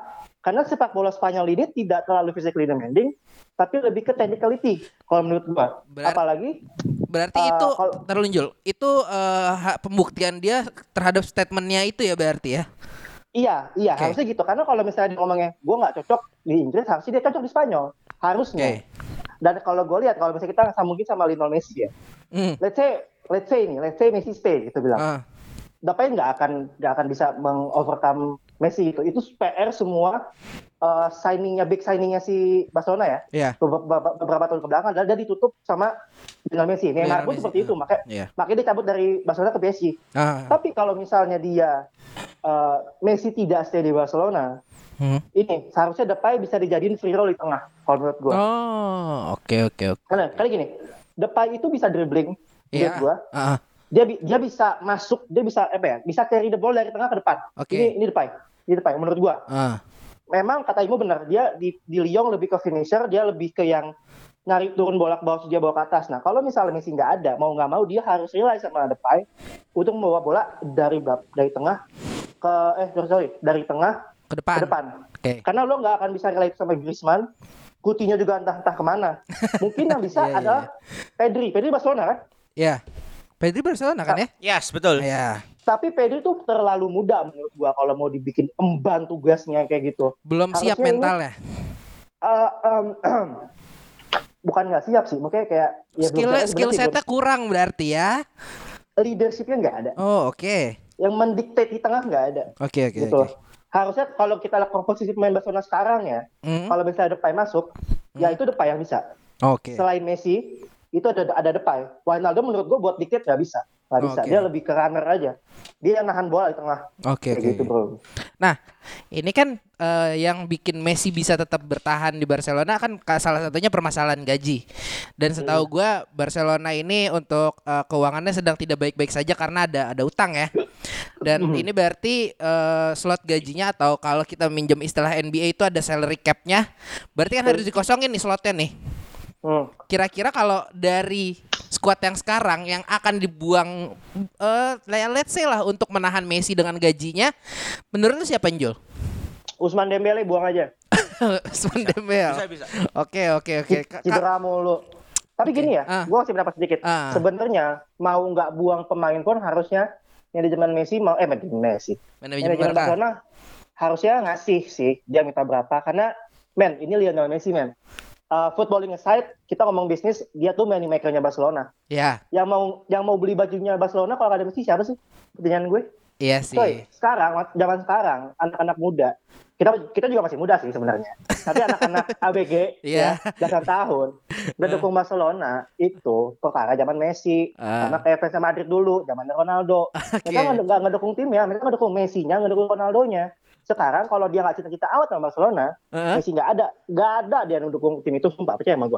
Karena sepak bola Spanyol ini tidak terlalu physically demanding, tapi lebih ke technicality kalau menurut gua. Berar- Apalagi Berarti uh, itu kalau- terlalu Jul. Itu uh, hak pembuktian dia terhadap statementnya itu ya berarti ya. iya, iya Oke. harusnya gitu. Karena kalau misalnya dia ngomongnya gua nggak cocok di Inggris, harusnya dia cocok di Spanyol. Harusnya. Oke. Dan kalau gue lihat kalau misalnya kita sambungin sama Lionel Messi ya. Hmm. Let's say let's say ini, let's say Messi stay gitu bilang. Ah. Depay nggak akan nggak akan bisa mengovercome Messi itu. Itu P R semua uh, signingnya big signingnya si Barcelona ya. Iya. Beberapa, beberapa tahun kebelakang dan dia ditutup sama Lionel Messi. Neymar Lionel pun Messi, seperti ah. itu, makanya Iya. makanya dia cabut dari Barcelona ke P S G. Ah. Tapi kalau misalnya dia uh, Messi tidak stay di Barcelona, Hmm. ini seharusnya Depay bisa dijadiin free roll di tengah kalau menurut gue. Oh, oke oke oke. Karena kali gini, Depay itu bisa dribbling menurut Iya. gue. Ah. Dia bi- dia bisa masuk, dia bisa apa ya? Bisa carry the ball dari tengah ke depan. Oke. Ini ini Depay. Ini Depay menurut gua. Ah. Memang kata Imo benar, dia di di Lyon lebih ke finisher, dia lebih ke yang narik turun bola ke bawah, dia bawa ke atas. Nah, kalau misalnya Messi nggak ada, mau nggak mau dia harus rely sama Depay untuk membawa bola dari belak- dari tengah ke eh sorry, sorry dari tengah Ke depan. ke depan. Oke. Karena lo nggak akan bisa relate sama Griezmann, Coutinho juga entah-entah kemana. Mungkin yang bisa Iya, iya, adalah Pedri. Pedri Barcelona kan? Ya. Pedri Barcelona kan ya? Yes, betul. Iya. Tapi Pedri tuh terlalu muda menurut gua kalau mau dibikin emban tugasnya kayak gitu. Belum siap Harusnya ini- mentalnya. Uh, um, bukan nggak siap sih, makanya kayak ya Skill belum- skill sebenarnya setnya kurang berarti ya. belum- leadershipnya nggak ada, Oh, oke. yang mendikte di tengah nggak ada. Oke oke Gitu. oke. Harusnya kalau kita lihat komposisi pemain Barcelona sekarang ya, Hmm. kalau misalnya Depay masuk, ya itu Depay yang bisa. Oke. Selain Messi, itu ada ada Depay. Wijnaldum menurut gua buat dikit nggak bisa, nggak bisa. Oke. Dia lebih ke runner aja. Dia yang nahan bola di tengah. Oke Kayak oke. gitu oke. bro. Nah, ini kan eh, yang bikin Messi bisa tetap bertahan di Barcelona kan ka- salah satunya permasalahan gaji. Dan setahu gua Barcelona ini untuk eh, keuangannya sedang tidak baik-baik saja karena ada ada utang ya. Dan ini berarti eh, slot gajinya atau kalau kita minjem istilah N B A itu ada salary cap-nya. Berarti kan harus dikosongin nih slotnya nih. Hmm. Kira-kira kalau dari skuad yang sekarang yang akan dibuang eh let's say lah untuk menahan Messi dengan gajinya, menurut lu siapa Jul? Usman Dembele buang aja. Usman Dembele. Bisa, bisa. Oke oke oke. Ka- ka- Cedera mulu. Tapi gini ya, Ah. gue kasih pendapat sedikit. Ah. Sebenarnya mau nggak buang pemain pun harusnya manajemen Messi mau eh manajemen Messi. Manajemen Manajemen Barca. Barcelona harusnya ngasih sih dia minta berapa karena men ini Lionel Messi men. Uh, footballing aside, kita ngomong bisnis, dia tuh money maker-nya Barcelona. Ya, Yang mau yang mau beli bajunya Barcelona kalau nggak ada Messi siapa sih? Pertanyaan gue. iya sih. Coy, sekarang zaman sekarang anak-anak muda kita kita juga masih muda sih sebenarnya. Tapi anak-anak A B G Iya. ya belasan tahun udah dukung Barcelona itu perkara zaman Messi, Ah. sama kayak fans Madrid dulu, zaman Ronaldo. Oke. Mereka nggak nggak ngedukung timnya, mereka ngedukung Messi-nya, ngedukung Ronaldonya. Sekarang kalau dia nggak cita-cita out sama Barcelona, Heeh. Messi nggak ada, nggak ada dia ngedukung tim itu, sumpah percaya sama gue.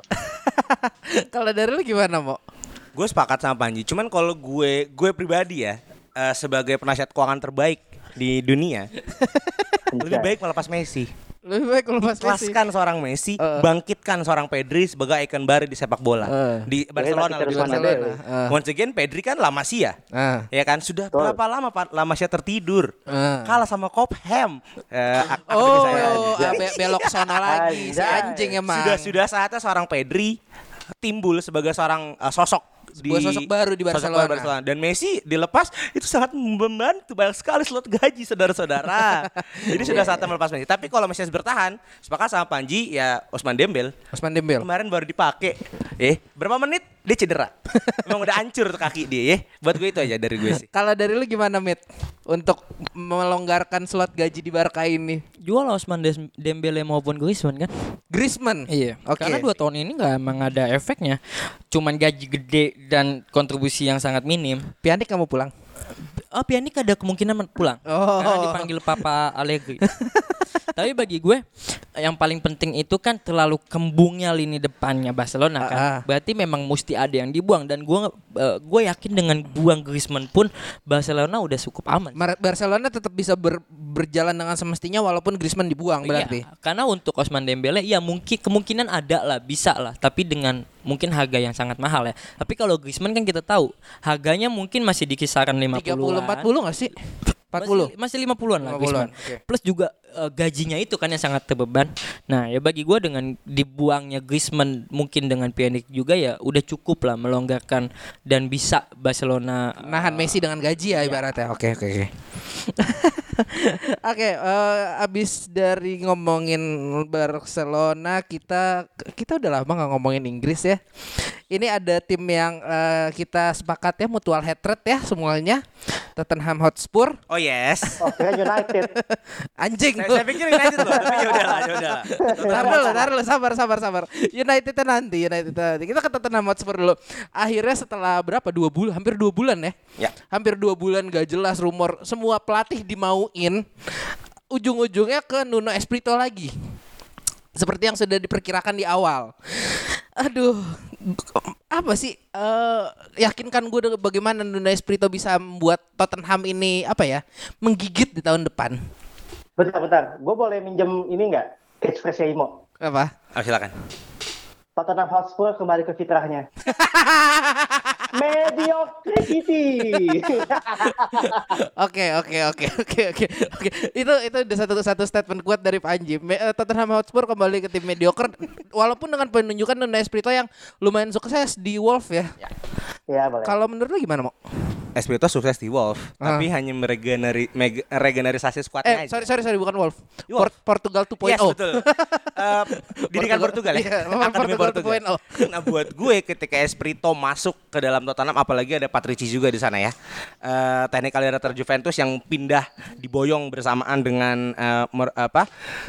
Kalau dari lu gimana, Mo? Gue sepakat sama Panji. Cuman kalau gue gue pribadi ya eh, sebagai penasihat keuangan terbaik di dunia, lebih baik melepas Messi. Lebih baik kalau pas Messi. Kelaskan seorang Messi, Eh. bangkitkan seorang Pedri sebagai ikon baru di sepak bola Eh. di Barcelona. Kita Lebih terus tepatnya. Barcelona. Eh. Once again Pedri kan La Masia. Ah. Ya kan sudah Betul. berapa lama Pak La Masia tertidur? Ah. Kalah sama Cobham. Eh, ak- akademi Oh, saya. ah, be- belok sono lagi si Anjay. anjing emang. Sudah sudah saatnya seorang Pedri timbul sebagai seorang uh, sosok Sebuah sosok baru di sosok Barcelona. baru Barcelona. Dan Messi dilepas itu sangat membantu banyak sekali slot gaji saudara-saudara. Jadi sudah saatnya melepas Messi. Tapi kalau Messi harus bertahan, sepakat sama Panji ya Usman Dembele. Usman Dembele. Kemarin baru dipakai. Eh, berapa menit dia cedera. Emang udah hancur tuh kaki dia ya. Buat gue itu aja dari gue sih. Kalau dari lu gimana, Mit? Untuk melonggarkan slot gaji di Barca ini. Jual Ousmane Des- Dembele maupun Griezmann kan? Griezmann. Iya. Oke. Karena dua tahun ini nggak emang ada efeknya. Cuman gaji gede dan kontribusi yang sangat minim. Pjanic kamu pulang. Oh, Pjanic ada kemungkinan pulang. Oh. Karena dipanggil Papa Allegri. Tapi bagi gue yang paling penting itu kan terlalu kembungnya lini depannya Barcelona kan. Ah, ah. Berarti memang mesti ada yang dibuang dan gue uh, gue yakin dengan buang Griezmann pun Barcelona udah cukup aman. Mar- Barcelona tetap bisa ber- berjalan dengan semestinya walaupun Griezmann dibuang berarti. Iya, karena untuk Ousmane Dembele ya mungkin kemungkinan ada lah, bisa lah, tapi dengan mungkin harga yang sangat mahal ya. Tapi kalau Griezmann kan kita tahu harganya mungkin masih di kisaran lima puluhan. tiga puluh empat puluh enggak sih? empat puluh. Masih, masih lima puluhan lah lima puluhan, Griezmann. oke. Plus juga uh, gajinya itu kan yang sangat terbeban. Nah, ya bagi gue dengan dibuangnya Griezmann mungkin dengan Pjanic juga ya udah cukup lah melonggarkan dan bisa Barcelona nahan Messi dengan gaji ya ibaratnya. Oke oke oke. Oke, uh, abis dari ngomongin Barcelona, kita kita udah lama nggak ngomongin Inggris ya. Ini ada tim yang uh, kita sepakat ya mutual hatred ya semuanya. Tottenham Hotspur. Oh yes. Oh, kira United. Anjing. Saya, saya pikir United loh, tapi ya udahlah, ya udahlah. Tar dulu, tar dulu, sabar, sabar, sabar. United nanti, United nanti. Kita ke Tottenham Hotspur dulu. Akhirnya setelah berapa? Dua bulan, hampir dua bulan ya. Ya. Hampir dua bulan gak jelas rumor. Semua pelatih dimauin. Ujung-ujungnya ke Nuno Espirito lagi. Seperti yang sudah diperkirakan di awal. Aduh, apa sih? Uh, yakinkan gue bagaimana Nuno Espirito bisa membuat Tottenham ini apa ya? Menggigit di tahun depan. Bentar, bentar. Gue boleh minjem ini nggak? Catchphrase Imo. Apa? Oh, silakan. Tottenham Hotspur kembali ke fitrahnya. Mediocrity. Oke oke oke oke oke oke itu itu udah satu satu statement kuat dari Panji. Me, uh, Tottenham Hotspur kembali ke tim mediocre walaupun dengan penunjukan Nuno Espirito yang lumayan sukses di Wolves ya. Ya boleh. Kalau menurut lu gimana, Mo? Espirito sukses di Wolves, Ah. tapi hanya meregeneri, meg- regenerisasi Eh skuadnya aja. sorry sorry sorry bukan Wolves. Wolves. Port- Portugal dua titik Yes, nol. betul. Uh, didikan Portugal ya. Iya, Akademi Portugal dua titik nol. Nah, buat gue ketika Espirito masuk ke dalam Tottenham, apalagi ada Patrici juga di sana ya. Uh, technical director Juventus yang pindah diboyong bersamaan dengan uh, mer- apa?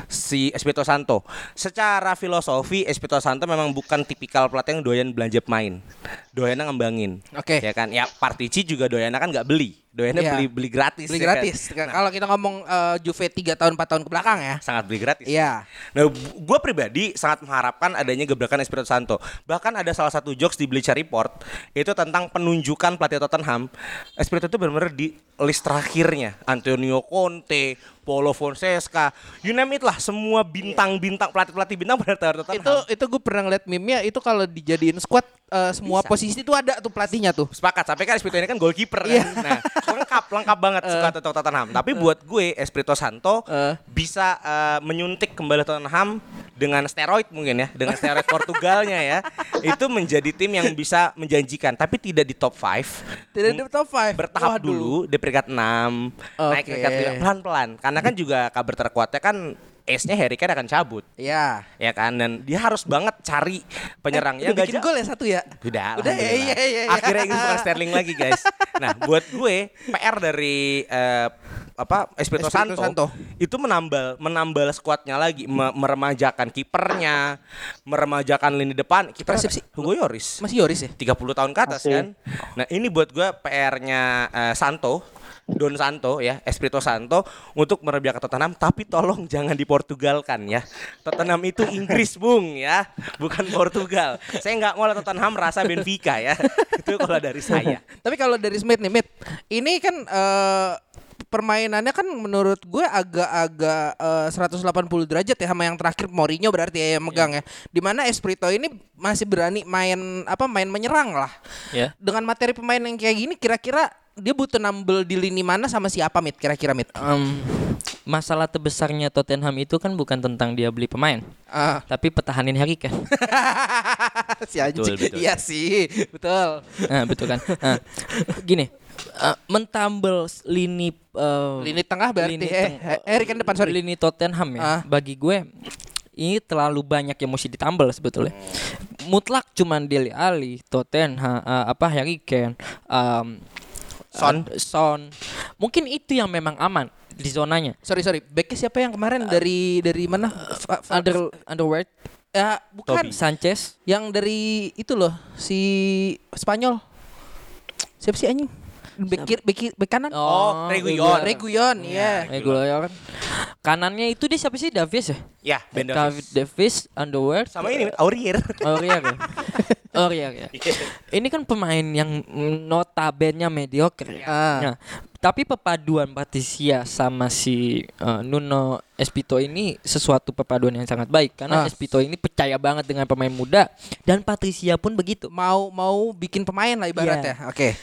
si Espirito Santo. Secara filosofi Espirito Santo memang bukan tipikal pelatih yang doyan belanja pemain. Doyannya ngembangin. Oke. Ya kan? Ya Patrici juga doyannya kan nggak beli. Doyannya Iya. beli beli gratis. Beli ya kan? gratis. Kalau kita ngomong uh, Juve tiga tahun empat tahun ke belakang ya. Sangat beli gratis. Iya. Nah, gue pribadi sangat mengharapkan adanya gebrakan Espirito Santo. Bahkan ada salah satu jokes di Bleacher Report itu tentang penunjukan pelatih Tottenham. Espirito itu benar-benar di list terakhirnya. Antonio Conte, Paulo Fonseca, you name it lah, semua bintang-bintang pelatih-pelatih bintang pada Tottenham. Itu itu gue pernah ngeliat meme-nya itu kalau dijadiin squad uh, semua Bisa. posisi itu ada tuh pelatihnya tuh. Sepakat, sampai kan Espirito ini kan goalkeeper kan. Iya. Nah, lengkap, lengkap banget suka untuk Tottenham. Tapi buat gue Espirito Santo Uh. bisa uh, menyuntik kembali Tottenham dengan steroid mungkin ya, dengan steroid Portugalnya ya. Itu menjadi tim yang bisa menjanjikan, tapi tidak di top lima. Tidak di top lima. Bertahap Waduh. dulu di peringkat enam, naik Oke. peringkat lima pelan-pelan. Karena kan juga kabar terkuatnya kan ace-nya Harry Kane akan cabut. Iya. Ya kan, dan dia harus banget cari penyerang Eh, yang udah bikin ja- gol ya satu ya. Udah, Udah ya, alhamdulillah. iya, iya, iya. Akhirnya Inggris bukan Sterling lagi guys. Nah, buat gue P R dari eh, apa Espirito, Espirito Santo, Santo itu menambal menambal skuadnya lagi, me- meremajakan kipernya, meremajakan lini depan. Kiper Persib sih. Hugo Lloris Masih Yoris ya? tiga puluh tahun ke atas Masih. kan. Nah, ini buat gue P R-nya eh, Santo, Don Santo ya, Espirito Santo untuk merebut Tottenham, tapi tolong jangan diportugalkan ya. Tottenham itu Inggris bung ya, bukan Portugal. Saya nggak mau Tottenham rasa Benfica ya. Itu kalau dari saya. Tapi kalau dari Smith nih, Smith, ini kan eh, permainannya kan menurut gue agak-agak eh, seratus delapan puluh derajat ya sama yang terakhir Mourinho berarti ya yang megang ya. Dimana Espirito ini masih berani main apa main menyerang lah. Ya. Dengan materi pemain yang kayak gini kira-kira dia butuh nambel di lini mana sama siapa Mit kira-kira Mit? Um, masalah terbesarnya Tottenham itu kan bukan tentang dia beli pemain, Ah. tapi pertahanin Harry Kane. si anjing. Betul, betul. Iya sih, betul. Nah, betul kan? Nah, gini, uh, mentambel lini uh, Lini tengah berarti lini eh teng- Harry Kane depan sorry. lini Tottenham ya. Ah. Bagi gue ini terlalu banyak yang mesti ditambal sebetulnya. Mutlak cuman Dele Alli, Tottenham, uh, apa Harry Kane, um, Son. uh, Son. Mungkin itu yang memang aman di zonanya. Sorry sorry, backnya siapa yang kemarin dari dari mana? Fa- fa- Under Underwood, ya bukan Toby. Sanchez, yang dari itu loh si Spanyol. Siapa sih anjing? Bek kiri, bek kiri- bek kanan. Oh, Reguilon. Reguilon, iya. Reguilon. Kanannya itu dia siapa sih? Davies ya? Ya, Ben David Davies. Davies, Underwood, Sama ini Aurier. Aurier ya. Aurier ya. Ini kan pemain yang notabene mediocre. Ah. Nah, tapi perpaduan Patricia sama si uh, Nuno Espirito ini sesuatu perpaduan yang sangat baik karena Ah. Espirito ini percaya banget dengan pemain muda dan Patricia pun begitu. Mau mau bikin pemain lah ibaratnya. Oke. K-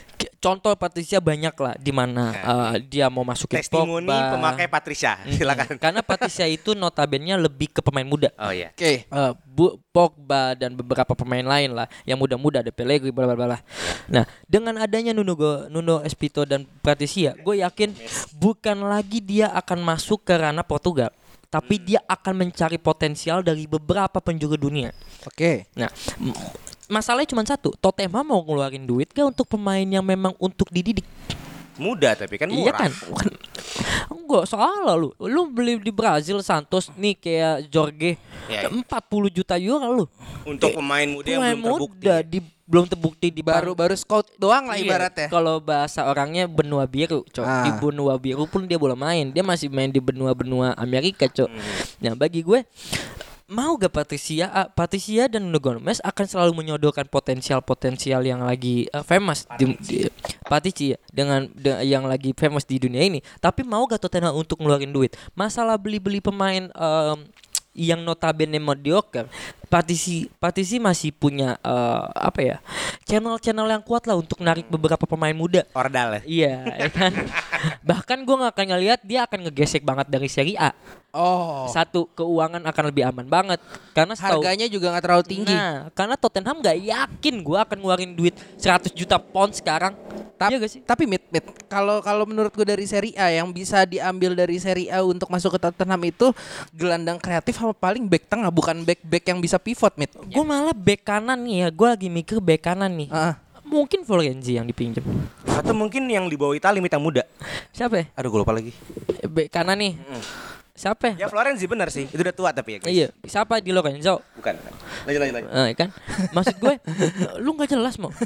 contoh Patricia banyak lah di mana uh, dia mau masukin Testimoni Pogba. pemakai Patricia. Silakan. Karena Patricia itu notabene lebih ke pemain muda. Oh iya. Oke. Uh, Bu, Pogba dan beberapa pemain lain lah yang muda-muda, ada Pellegrini bla bla bla. Nah, dengan adanya Nuno Go, Nuno Espirito dan Patricia, gue yakin bukan lagi dia akan masuk ke ranah Portugal, tapi dia akan mencari potensial dari beberapa penjuru dunia. Oke. Nah, m- masalahnya cuma satu, Tottenham mau ngeluarin duit gak untuk pemain yang memang untuk dididik? Muda tapi kan Iya murah. kan? Enggak salah lu. Lu beli di Brazil Santos nih kayak Jorge Ya, ya. empat puluh juta euro lu. Untuk pemain muda yang Pemain belum terbukti. muda di belum terbukti di Baru baru scout doang lah Iya, ibaratnya. Kalau bahasa orangnya benua biru, Cok. Ah. Di benua biru pun dia belum main. Dia masih main di benua-benua Amerika, Cok. Nah, bagi gue mau gak Patricia ah, Patricia dan Nuno Gomez akan selalu menyodorkan potensial-potensial yang lagi uh, famous di, di Patricia dengan de, yang lagi famous di dunia ini. Tapi mau gak Tottenham untuk ngeluarin duit? Masalah beli-beli pemain um, yang notabene mediocre, Partisi Partisi masih punya uh, apa ya, channel-channel yang kuat lah untuk narik beberapa pemain muda. Ordal ya. Iya, ya kan. Bahkan gue nggak akan ngelihat dia akan ngegesek banget dari Serie A. Oh. Satu, keuangan akan lebih aman banget karena setahu- Harganya juga nggak terlalu tinggi. Nah, karena Tottenham nggak yakin gue akan ngeluarin duit seratus juta pound sekarang. Ta- Iya gak sih? Tapi mit mit kalau kalau menurut gue dari Serie A yang bisa diambil dari Serie A untuk masuk ke Tottenham itu gelandang kreatif sama paling back tengah, bukan back back yang bisa pivot mit. Gue malah back kanan nih ya. Gue lagi mikir back kanan nih. Ah. Mungkin Florenzi yang dipinjam. Atau mungkin yang di bawah Italia minta muda. Siapa ya? Aduh gue lupa lagi. Back kanan nih. Siapa Ya Florenzi benar sih. Itu udah tua tapi ya guys. Iya, siapa di Lorenzo? Bukan. Lanjut lanjut lanjut. Eh, kan? Maksud gue, lu nggak jelas mau.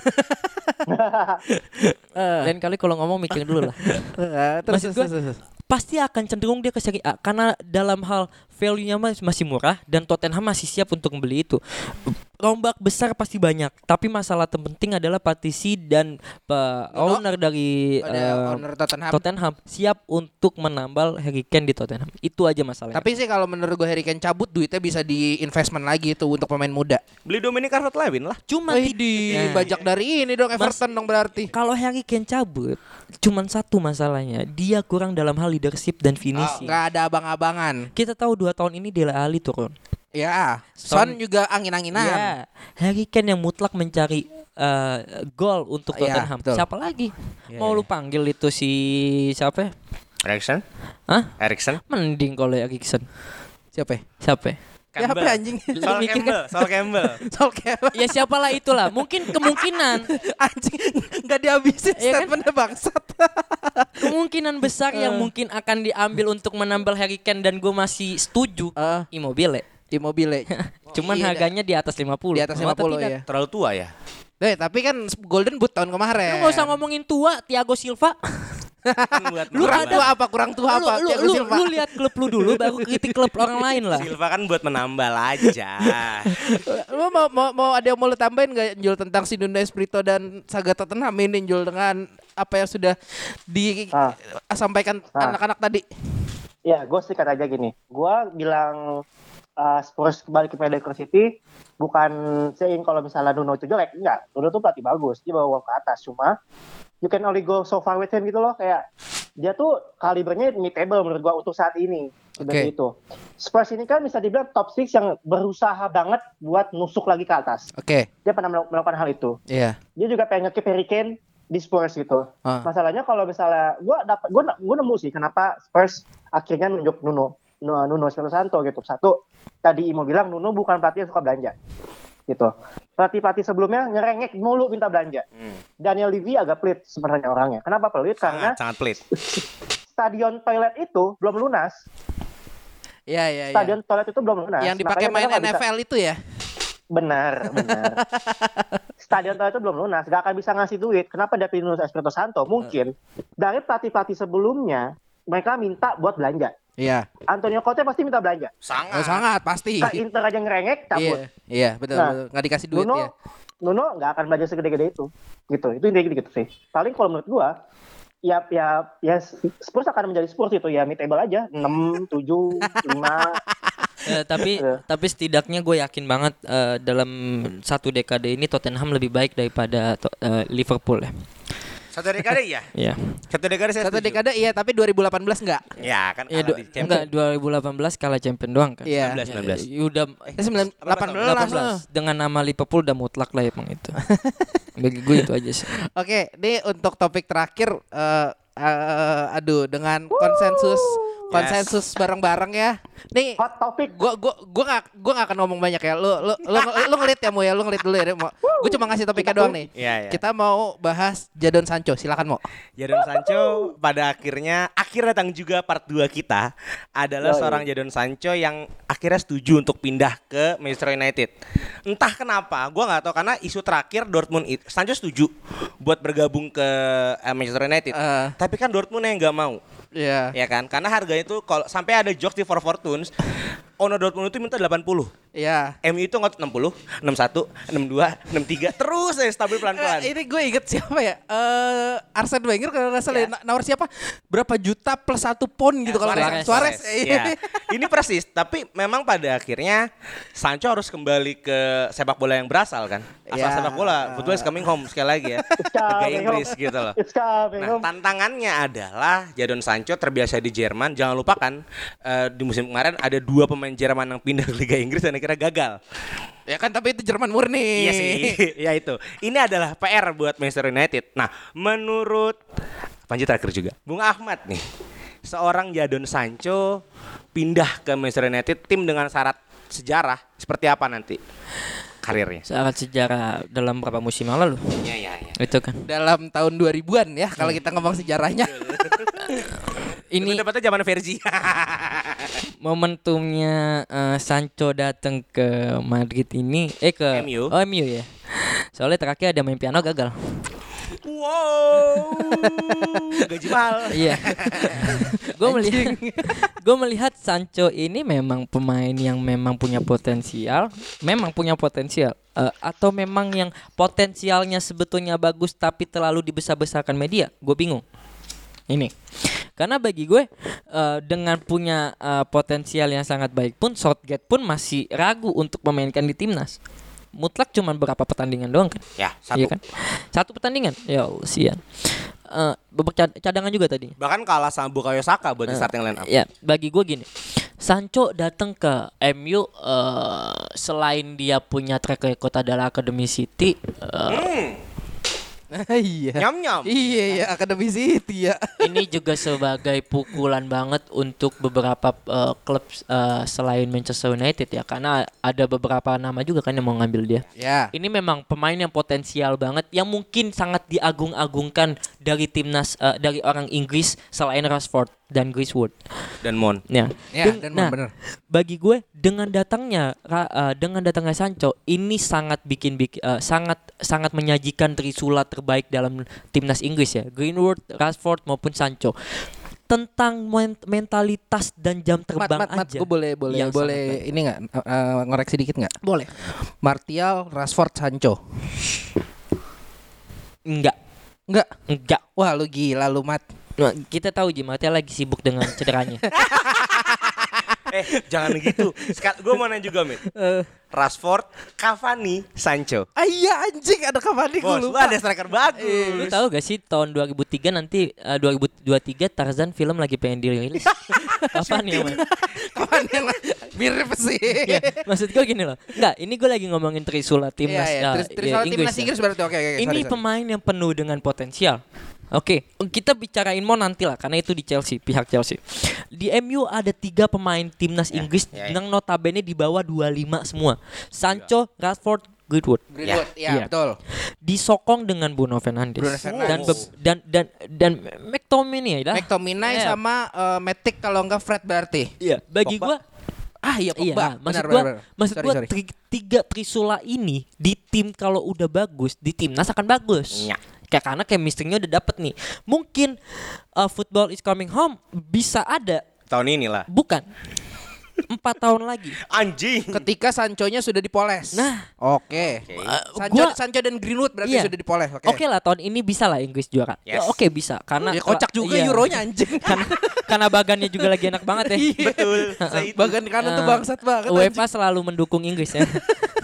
Lain kali kalau ngomong mikir dulu lah. Ah, terus, Maksud terus, gue, terus, terus. pasti akan cenderung dia ke Serie A karena dalam hal value-nya mas- masih murah dan Tottenham masih siap untuk membeli itu. Rombak besar pasti banyak, tapi masalah terpenting adalah Partisi dan uh, Nuno? owner dari Ada uh, owner Tottenham. Tottenham siap untuk menambal Harry Kane di Tottenham. Itu aja masalahnya. Tapi sih kalau menurut gue Harry Kane cabut duitnya bisa di investment lagi itu untuk pemain muda. Beli Dominic Calvert-Lewin lah. cuma Wih, di Nah. bajak dari ini dong Everton dong berarti. Kalau Harry Kane cabut, cuman satu masalahnya, dia kurang dalam hal leadership dan finishing. Nggak ada abang-abangan. Kita tahu dua tahun ini Dele Alli turun. Ya, Son, Son- juga angin-anginan. Ya, Harry Kane yang mutlak mencari uh, gol untuk Iya, Tottenham. betul. Siapa lagi? Iya, Mau iya. lu panggil itu si siapa? ya? Erikson. Hah? Erikson. Mending kalau Erikson. Siapa? ya? Siapa? ya? Ya apa Campbell. anjing? Lu Sol mikir Campbell. Sol Campbell. Sol Campbell. Ya siapalah itulah. Mungkin kemungkinan Anjing nggak dihabisin Iya kan? statementnya bangsat. kemungkinan besar yang mungkin akan diambil untuk menambal Harry Kane dan gue masih setuju. Ah. Immobile. Immobile. Cuman Iya, harganya di atas lima puluh. di atas Mau lima atau puluh tidak? ya. Terlalu tua ya. Eh, tapi kan Golden Boot tahun kemarin. Lu gak usah ngomongin tua, Thiago Silva. Kan buat Lu Kurang menambah. tua apa? Kurang tua lu, apa? lu, Thiago lu, Silva. lu lihat klub lu dulu baru kritik klub orang lain lah. Silva kan buat menambal aja. Lu mau, mau, mau ada yang mau lu tambahin gak Jul tentang si Nuno Espirito dan saga Tottenham ini Jul dengan apa yang sudah disampaikan Ah. anak-anak tadi? Ya, gue singkat aja gini. Gue bilang uh, Spurs kembali ke Manchester City bukan saying kalau misalnya Nuno itu jelek. Enggak, Nuno tuh pelatih bagus. Dia bawa ke atas. Cuma you can only go so far with him gitu loh. Kayak dia tuh kalibernya mid-table menurut gue untuk saat ini. Seperti Oke. itu. Spurs ini kan bisa dibilang top enam yang berusaha banget buat nusuk lagi ke atas. Oke, Dia pernah melaku- melakukan hal itu. iya. Dia juga pengen nge-keep Harry Kane di Spurs gitu. Ah. Masalahnya kalau misalnya gue dapat gue gue nemu sih kenapa Spurs akhirnya nunjuk Nuno Nuno, Nuno Espirito Santo gitu. Satu, tadi Imo bilang Nuno bukan pelatih yang suka belanja. Gitu. Pelatih-pelatih sebelumnya ngerengek mulu minta belanja. Hmm. Daniel Levy agak pelit sebenarnya orangnya. Kenapa pelit? Karena Sangat, sangat pelit. stadion toilet itu belum lunas. Iya, iya, iya. Stadion toilet itu belum lunas. Yang dipakai Makanya main mereka nggak N F bisa- L itu ya? Benar, benar. Stadion toilet itu belum lunas, gak akan bisa ngasih duit. Kenapa dia pilih Nuno Espirito Santo? Mungkin dari pelatih-pelatih sebelumnya mereka minta buat belanja. Iya. Antonio Conte pasti minta belanja. Oh, Sangat. sangat pasti. Ke Inter aja ngerengek, cabut. Iya, iya, betul, Nah, betul. Nggak dikasih duit Nuno, ya. Nuno nggak akan belanja segede-gede itu. Gitu, itu intinya gitu sih. Paling kalau menurut gua, ya ya ya Spurs akan menjadi Spurs itu ya mid table aja, enam, tujuh, lima. Eh, tapi Iya. tapi setidaknya gue yakin banget eh, dalam satu dekade ini Tottenham lebih baik daripada to- eh, Liverpool ya. Satu dekade iya. Iya. Satu dekade saya Satu setuju. dekade iya, tapi dua ribu delapan belas enggak. Ya kan Ya, kalah du- di Champions. enggak dua ribu delapan belas kalah champion doang kan. Iya. sembilan belas, sembilan belas. Ya, udah Eh, sembilan delapan belas. delapan belas dengan nama Liverpool udah mutlak lah emang itu. Bagi gue itu aja sih. Oke, ini untuk topik terakhir eh eh, aduh dengan konsensus konsensus bareng-bareng ya. Nih Hot topic. gua gua gua gak gua gak akan ngomong banyak ya. Lu lu lu, lu ngelit ya Mo ya, lu ngelit dulu ya. Mo. Gua cuma ngasih topiknya doang nih. Iya, iya. Kita mau bahas Jadon Sancho. Silakan Mo. Jadon Sancho pada akhirnya akhir datang juga part dua kita adalah Yoi. seorang Jadon Sancho yang akhirnya setuju untuk pindah ke Manchester United. Entah kenapa, gua nggak tahu karena isu terakhir Dortmund itu Sancho setuju buat bergabung ke eh, Manchester United. Eh. Tapi kan Dortmund yang nggak mau. Iya. Ya kan? Karena harganya itu kalau sampai ada jokes di For Fortunes, owner Dortmund itu minta delapan puluh. Iya. M U itu ngotot enam puluh, enam puluh satu, enam puluh dua, enam puluh tiga terus ya stabil pelan-pelan. Eh, ini gue inget siapa ya? Eh Arsene Wenger kalau nggak salah Ya. ya. nawar siapa? Berapa juta plus satu pon gitu kalau nggak salah. Suarez. Ya. Ini persis, tapi memang pada akhirnya Sancho harus kembali ke sepak bola yang berasal kan. Asal Ya. sepak bola, football is coming home sekali lagi ya. Liga coming Inggris home. gitu loh. It's coming Nah, home. tantangannya adalah Jadon Sancho terbiasa di Jerman. Jangan lupakan eh, di musim kemarin ada dua pemain Jerman yang pindah ke Liga Inggris dan akhirnya gagal. Ya kan tapi itu Jerman murni. Iya sih, ya itu. Ini adalah P R buat Manchester United. Nah, menurut Panji terakhir juga, Bung Ahmad nih, seorang Jadon Sancho pindah ke Manchester United, tim dengan syarat sejarah seperti apa nanti karirnya? Saat sejarah dalam berapa musim yang lalu? Ya, ya, ya. Itu kan. Dalam tahun dua ribuan ya kalau kita ngomong sejarahnya. Ini Ini dapatnya zaman versi. momentumnya eh, Sancho datang ke Madrid ini eh ke M U. Oh, M U ya. Soalnya terakhir ada main piano gagal. Wow, gaji mahal. Iya. Gue melihat gue melihat Sancho ini memang pemain yang memang punya potensial, memang punya potensial. Eh, atau memang yang potensialnya sebetulnya bagus tapi terlalu dibesar-besarkan media. Gue bingung. Ini karena bagi gue eh, dengan punya eh, potensial yang sangat baik pun Southgate pun masih ragu untuk memainkan di timnas. Mutlak cuman berapa pertandingan doang kan? Ya, satu. Iya kan? Satu pertandingan. Ya Allah, sian. Eh, babak cad- cadangan juga tadi. Bahkan kalah sama Bukayo Saka buat di starting line up. Ya, bagi gue gini. Sancho datang ke M U eh, selain dia punya track record adalah Academy City. eh, Hmm, Iya. nyam-nyam. Iya ya Academy City ya. ini juga sebagai pukulan banget untuk beberapa eh, klub eh, selain Manchester United ya, karena ada beberapa nama juga kan yang mau ngambil dia. Ya. Ini memang pemain yang potensial banget, yang mungkin sangat diagung-agungkan dari timnas eh, dari orang Inggris selain Rashford dan Greenwood. Dan Mon. Ya, Ya, Den- dan nah, bener. bagi gue dengan datangnya Ra- eh, dengan datangnya Sancho ini sangat bikin bikin eh, sangat sangat menyajikan trisula terbaik dalam timnas Inggris ya. Greenwood, Rashford maupun Sancho. Tentang men- mentalitas dan jam Mat, terbang mat, mat, aja. gue boleh boleh yang boleh sangat baik. ini nggak eh, ngoreksi dikit nggak? Boleh. Martial, Rashford, Sancho. Enggak, Enggak. enggak. Wah lu gila lu Mat. Nah, kita tahu Jim Martial lagi sibuk dengan cederanya. Eh, jangan gitu. Sekal- gue mau nanya juga, Mit. Rashford, Cavani, Sancho. Ah iya anjing ada Cavani gue Bos, lu lupa. ada striker bagus. Lu tahu gak sih tahun dua ribu tiga nanti eh, dua ribu dua puluh tiga Tarzan film lagi pengen dirilis. Apa nih namanya? Cavani yang mirip sih. Ya, maksud gue gini loh. Enggak, ini gue lagi ngomongin Trisula timnas Iya, iya. ya, Tris- ya, Trisula timnas ya. Inggris berarti oke oke. Ini sorry, sorry. pemain yang penuh dengan potensial. Oke, kita bicarain Mo nanti lah karena itu di Chelsea, pihak Chelsea. Di M U ada tiga pemain timnas Inggris ya, ya. yang notabene di bawah dua puluh lima semua. Sancho, Rashford, Greenwood. Greenwood, ya, Iya. betul. Disokong dengan Bruno Fernandes. Bruno Fernandes. Dan be- dan dan dan McTominay lah. McTominay Iya. sama eh, Matic kalau enggak Fred berarti. Iya, bagi Pogba. gua Ah iya Iya, Pogba. maksud Benar, gua, benar, benar. maksud Sorry, gua sorry. tri- tiga Trisula ini di tim kalau udah bagus, di timnas akan bagus. Iya. Kayak karena chemistry-nya udah dapet nih. Mungkin uh, football is coming home bisa ada, Tahun inilah. bukan. Empat tahun lagi. Anjing. Ketika Sancho-nya sudah dipoles. Nah. oke. Oke. Uh, Sancho, gua- Sancho dan Greenwood berarti Iya. sudah dipoles. Oke. Oke lah, tahun ini bisa lah Inggris juara. Yes. Ya, oke bisa karena Ya, kocak juga iya. Euronya anjing. karena, karena bagannya juga lagi enak banget ya. Betul. Saya itu. Bagian kanan tuh Eh, bangsat banget. UEFA selalu mendukung Inggris ya.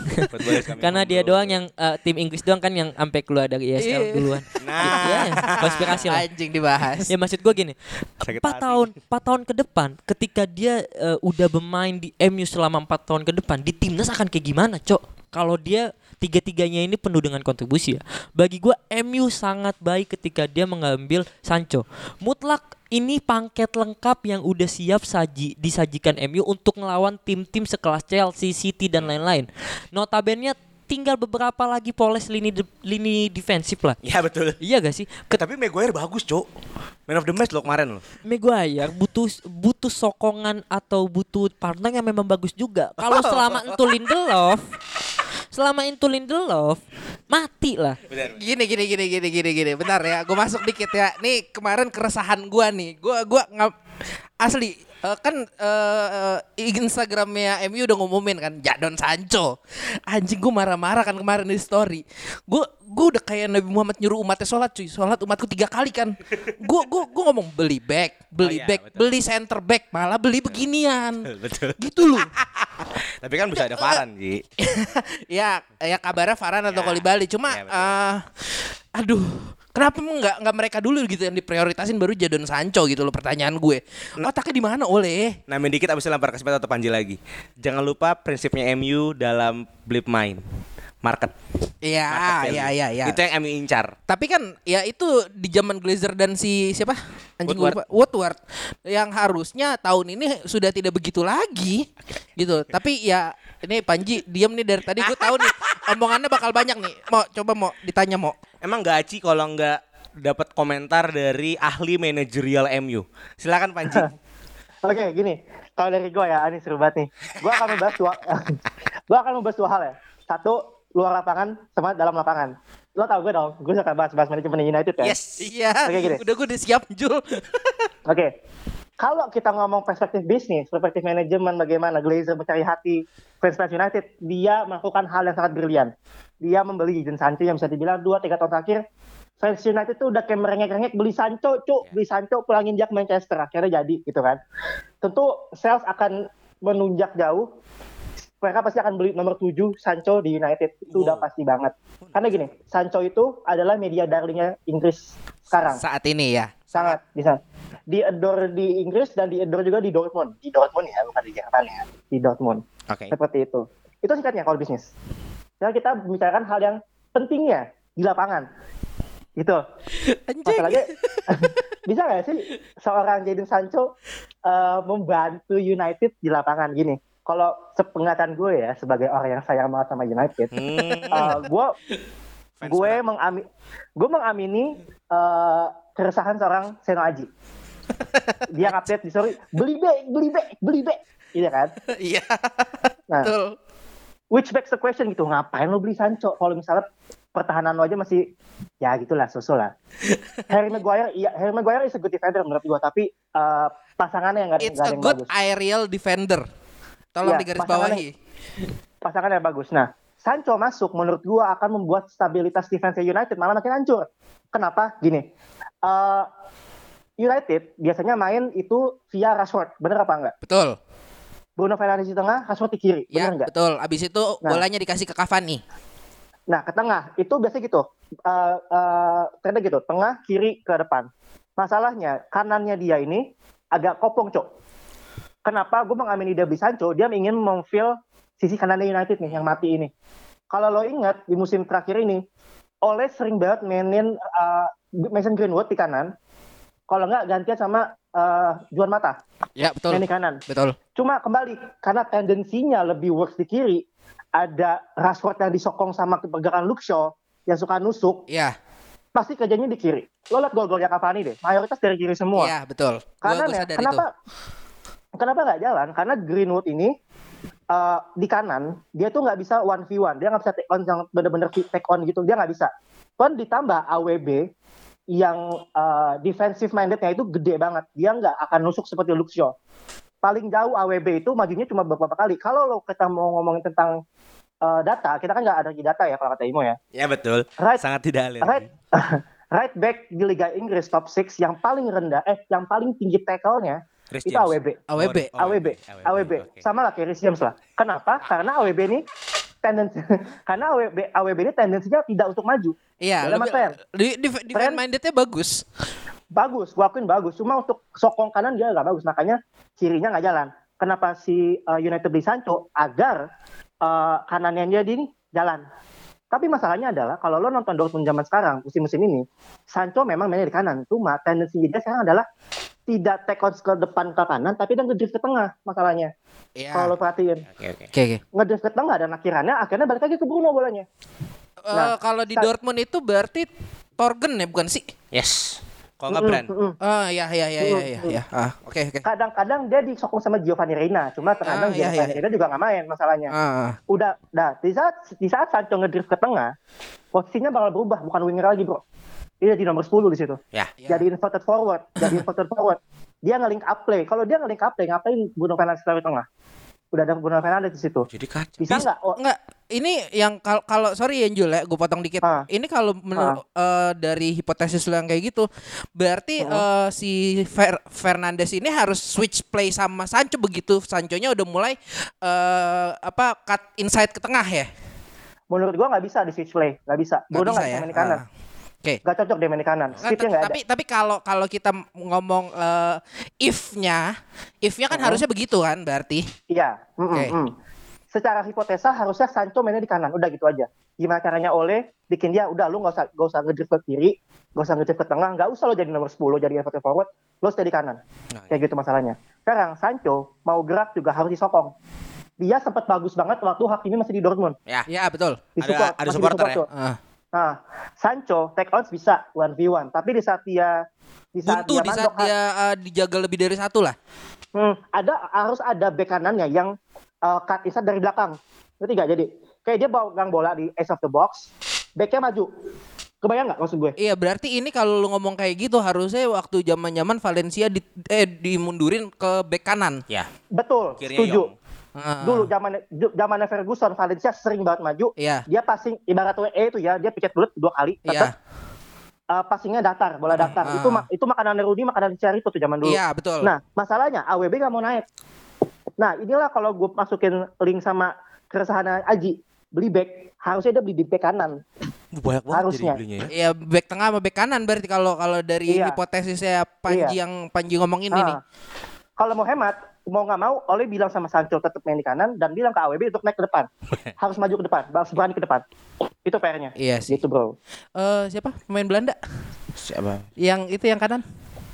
Footballers coming Karena home, dia bro. doang yang uh, tim Inggris doang kan yang sampai keluar dari E S L Iya. duluan. Nah. Iya, konspirasi lah. Anjing dibahas. Ya maksud gue gini, Sakit empat hati. tahun, empat tahun ke depan, ketika dia uh, udah bermain di M U selama empat tahun ke depan, di timnas akan kayak gimana, Cok? Kalau dia tiga-tiganya ini penuh dengan kontribusi ya. Bagi gue M U sangat baik ketika dia mengambil Sancho. Mutlak ini paket lengkap yang udah siap saji disajikan M U untuk ngelawan tim-tim sekelas Chelsea, City dan lain-lain. Notabene tinggal beberapa lagi poles lini de- lini defensif lah. Iya betul. Iya gak sih? Ke- Tapi Maguire bagus, Cok. Man of the match lo kemarin lo. Maguire butuh butuh sokongan atau butuh partner yang memang bagus juga. Kalau selama itu Lindelof, selama itu Lindelof mati lah. Gini gini gini gini gini gini. Bentar ya, gue masuk dikit ya. Nih kemarin keresahan gue nih. Gue gua nggak asli eh, kan eh, Instagramnya M U udah ngumumin kan Jadon Sancho. Anjing gue marah-marah kan kemarin di story. Gue gue udah kayak Nabi Muhammad nyuruh umatnya sholat cuy. Sholat umatku tiga kali kan. Gue gue gue ngomong beli back, beli Oh iya, back, betul. beli center back, malah beli beginian. Betul. Gitu loh. Tapi kan bisa ada Varane, Ji. ya, ya kabarnya Varane atau Ya. Koulibaly. Cuma, Ya, betul. eh, aduh, kenapa emang nggak nggak mereka dulu gitu yang diprioritasin baru Jadon Sancho gitu loh pertanyaan gue. Otaknya di mana oleh? Namain dikit abis itu lempar ke Smith atau Panji lagi. Jangan lupa prinsipnya M U dalam blip main. Market. Iya, Market value. iya, iya, iya. Itu yang M U incar. Tapi kan ya itu di zaman Glazer dan si siapa? Anjing gue Woodward. lupa. Woodward yang harusnya tahun ini sudah tidak begitu lagi. Gitu. Tapi ya ini Panji diam nih dari tadi gue tahu nih omongannya bakal banyak nih. Mau coba mau ditanya mau. Emang gak Aci kalau nggak dapat komentar dari ahli manajerial M U. Silakan Panji. Oke, gini. Kalau dari gue ya, ini seru banget nih. Gue akan membahas dua, gue akan membahas dua hal ya. Satu, luar lapangan sama dalam lapangan. Lo tau gue dong, gue suka bahas-bahas manajemen United ya. Yes. Iya. Oke, gini. Udah gue udah siap Jul. Oke, kalau kita ngomong perspektif bisnis, perspektif manajemen bagaimana Glazer mencari hati fans-fans United, dia melakukan hal yang sangat brilian. Dia membeli Jadon Sancho yang bisa dibilang dua tiga tahun terakhir fans United tuh udah kayak merengek-rengek beli Sancho, cuk, beli Sancho pulangin dia ke Manchester, akhirnya jadi gitu kan. Tentu sales akan menunjak jauh. Mereka pasti akan beli nomor tujuh Sancho di United. Itu udah pasti banget. Karena gini, Sancho itu adalah media darlingnya Inggris sekarang. Saat ini ya. Sangat bisa. Di-adore di Inggris dan di-adore juga di Dortmund. Di Dortmund ya, bukan di Jerman ya. Di Dortmund. Oke. Seperti itu. Itu singkatnya kalau bisnis. Sekarang kita bicarakan hal yang pentingnya di lapangan. Gitu. Masalahnya, bisa nggak sih seorang Jadon Sancho uh, membantu United di lapangan gini? Kalau sepengetahuan gue ya, sebagai orang yang sayang banget sama United, Hmm. uh, gue Fans gue berat. mengami, gue mengamini uh, keresahan seorang Seno Aji. Dia update di story, beli back, beli back, beli back, gitu kan? Iya. Nah, Betul. which begs the question gitu, ngapain lo beli Sancho? Kalau misalnya pertahanan lo aja masih, ya gitulah, susul lah. Harry Maguire, iya, Harry Maguire is a good defender menurut gue, tapi uh, pasangannya yang nggak It's nggak ada a yang good bagus. aerial defender. Tolong Iya, digaris pasangannya- bawahi. Pasangannya bagus. Nah, Sancho masuk menurut gua akan membuat stabilitas defense United malah makin hancur. Kenapa? Gini, uh, United biasanya main itu via Rashford, bener apa enggak? Betul. Bruno Fernandes di tengah, Rashford di kiri, Ya, bener enggak? betul. Abis itu Nah. bolanya dikasih ke Cavani. Nah, ke tengah itu biasa gitu, uh, uh, trendnya gitu, tengah kiri ke depan. Masalahnya kanannya dia ini agak kopong, cok. Kenapa gue mengamini dia beli Sancho? Dia ingin memfill sisi kanannya United nih yang mati ini. Kalau lo ingat di musim terakhir ini, Ole sering banget mainin uh, Mason Greenwood di kanan. Kalau nggak gantian sama uh, Juan Mata Ya, betul. main di kanan. Betul. Cuma kembali karena tendensinya lebih works di kiri. Ada Rashford yang disokong sama pergerakan Luke Shaw yang suka nusuk. Iya. Pasti kerjanya di kiri. Lo liat gol-golnya Cavani deh, mayoritas dari kiri semua. Iya, betul. Gua, Karena gua ya, sadar kenapa itu. kenapa nggak jalan? Karena Greenwood ini uh, di kanan dia tuh nggak bisa one v one, dia nggak bisa take on yang bener-bener take on gitu, dia nggak bisa. Kan ditambah A W B yang uh, defensive mindednya itu gede banget, dia nggak akan nusuk seperti Luke Shaw. Paling jauh A W B itu majunya cuma beberapa kali. Kalau lo kita mau ngomongin tentang uh, data, kita kan nggak ada di data ya kalau kata Imo ya. Ya betul. Right. Sangat tidak alergi. Right, right back di Liga Inggris top enam yang paling rendah, eh yang paling tinggi tackle-nya Chris itu James. A W B. A W B. Oh, A W B, A W B, Oke. sama lah kayak Reece James lah. Kenapa? Karena A W B ini tendensi karena A W B A W B ini tendensinya tidak untuk maju. Iya, Dalam lebih, artian, di, di, defend Trend- mindednya bagus. bagus, gua akuin bagus. Cuma untuk sokong kanan dia nggak bagus, makanya kirinya nggak jalan. Kenapa si uh, United beli Sancho agar uh, kanannya dia di jalan. Tapi masalahnya adalah kalau lo nonton Dortmund zaman sekarang musim-musim ini, Sancho memang mainnya di kanan. Cuma tendensi dia sekarang adalah tidak take on ke depan ke kanan, tapi dia ngedrift ke tengah masalahnya. Iya. Kalau lo perhatiin, Oke oke. Oke, oke. ngedrift ke tengah dan akhirnya akhirnya balik lagi ke Bruno bolanya. Eh, Nah, kalau di sa- Dortmund itu berarti Torgen ya, bukan sih? Yes. Kalau nggak Mm-mm, brand. mm-mm. Oh, iya iya iya iya iya. iya. Ah, oke oke. Kadang-kadang dia disokong sama Giovanni Reina, cuma Ah, terkadang iya, Giovanni iya. Reina juga nggak main masalahnya. Ah, Udah, dah di saat di saat Sancho ngedrift ke tengah, posisinya bakal berubah, bukan winger lagi bro. Dia di nomor sepuluh di situ. Ya. iya. Jadi inverted forward, jadi inverted forward. Dia nge-link up play. Kalau dia nge-link up play, ngapain Bruno Fernandes di tengah? Udah ada Bruno Fernandes di situ. Jadi kacau. Bisa nggak? Oh, Enggak, ini yang kal- kalau sorry ya Jul ya, gue potong dikit. Ah. Ini kalau menurut eh, dari hipotesis lu yang kayak gitu, berarti eh, si Fer- Fernandes ini harus switch play sama Sancho begitu. Sanchonya udah mulai eh, apa cut inside ke tengah ya? menurut gua nggak bisa di switch play, nggak bisa. Nggak Bruno bisa nggak bisa ya? main di kanan. Ah. Oke. Nggak cocok dia main di kanan. Nggak, Speednya nggak ada. tapi tapi kalau kalau kita ngomong eh, if-nya, if-nya kan Uh-huh. harusnya begitu kan berarti. Iya. mm, Oke. mm, mm. Secara hipotesa harusnya Sancho mainnya di kanan. Udah gitu aja. Gimana caranya Ole bikin dia udah lu nggak usah nggak usah ngedrift ke kiri, nggak usah ngedrift ke tengah, nggak usah lo jadi nomor sepuluh jadi inverted forward, lo stay di kanan. Nah, Kayak gitu masalahnya. Sekarang Sancho mau gerak juga harus disokong. Dia sempat bagus banget waktu Hakimi masih di Dortmund. Ya. Ya betul. Di Ada- support, ada masih supporter di support ya? tuh. Ah. Nah, Sancho take on bisa one v one, tapi di saat dia di saat Buntu dia di saat mandok, dia eh, dijaga lebih dari satu lah. hmm, ada harus ada bek kanannya yang uh, cut inside dari belakang. Ngerti gak? Jadi kayak dia pegang bola di edge of the box, backnya maju. Kebayang nggak maksud gue? Iya berarti ini kalau lu ngomong kayak gitu harusnya waktu zaman-zaman Valencia di, eh dimundurin ke bek kanan. Ya. Betul, Kirinya setuju. Yong. Ah. Dulu zaman zamannya Ferguson, Valencia sering banget maju. Iya. Dia passing ibarat W E itu ya, dia picet bulat dua kali. Iya. Tetap uh, passingnya datar, bola datar. Ah. Itu ma- itu makanan Rudy, makanan Ciarito tuh zaman dulu. Iya betul. Nah, masalahnya A W B nggak mau naik. Nah, inilah kalau gue masukin link sama keresahan Aji, beli back, harusnya dia beli di back kanan. Banyak banget Harusnya. jadi belinya ya. Iya back tengah sama back kanan berarti kalau kalau dari Iya. hipotesisnya Panji Iya. yang Panji ngomongin Ah. ini. Kalau mau hemat, mau nggak mau, Ole bilang sama Sancho tetap main di kanan dan bilang ke A W B untuk naik ke depan. Harus maju ke depan, harus berani ke depan. Itu P R-nya. Iya sih. Gitu, bro. Eh siapa pemain Belanda? Siapa? Yang itu yang kanan?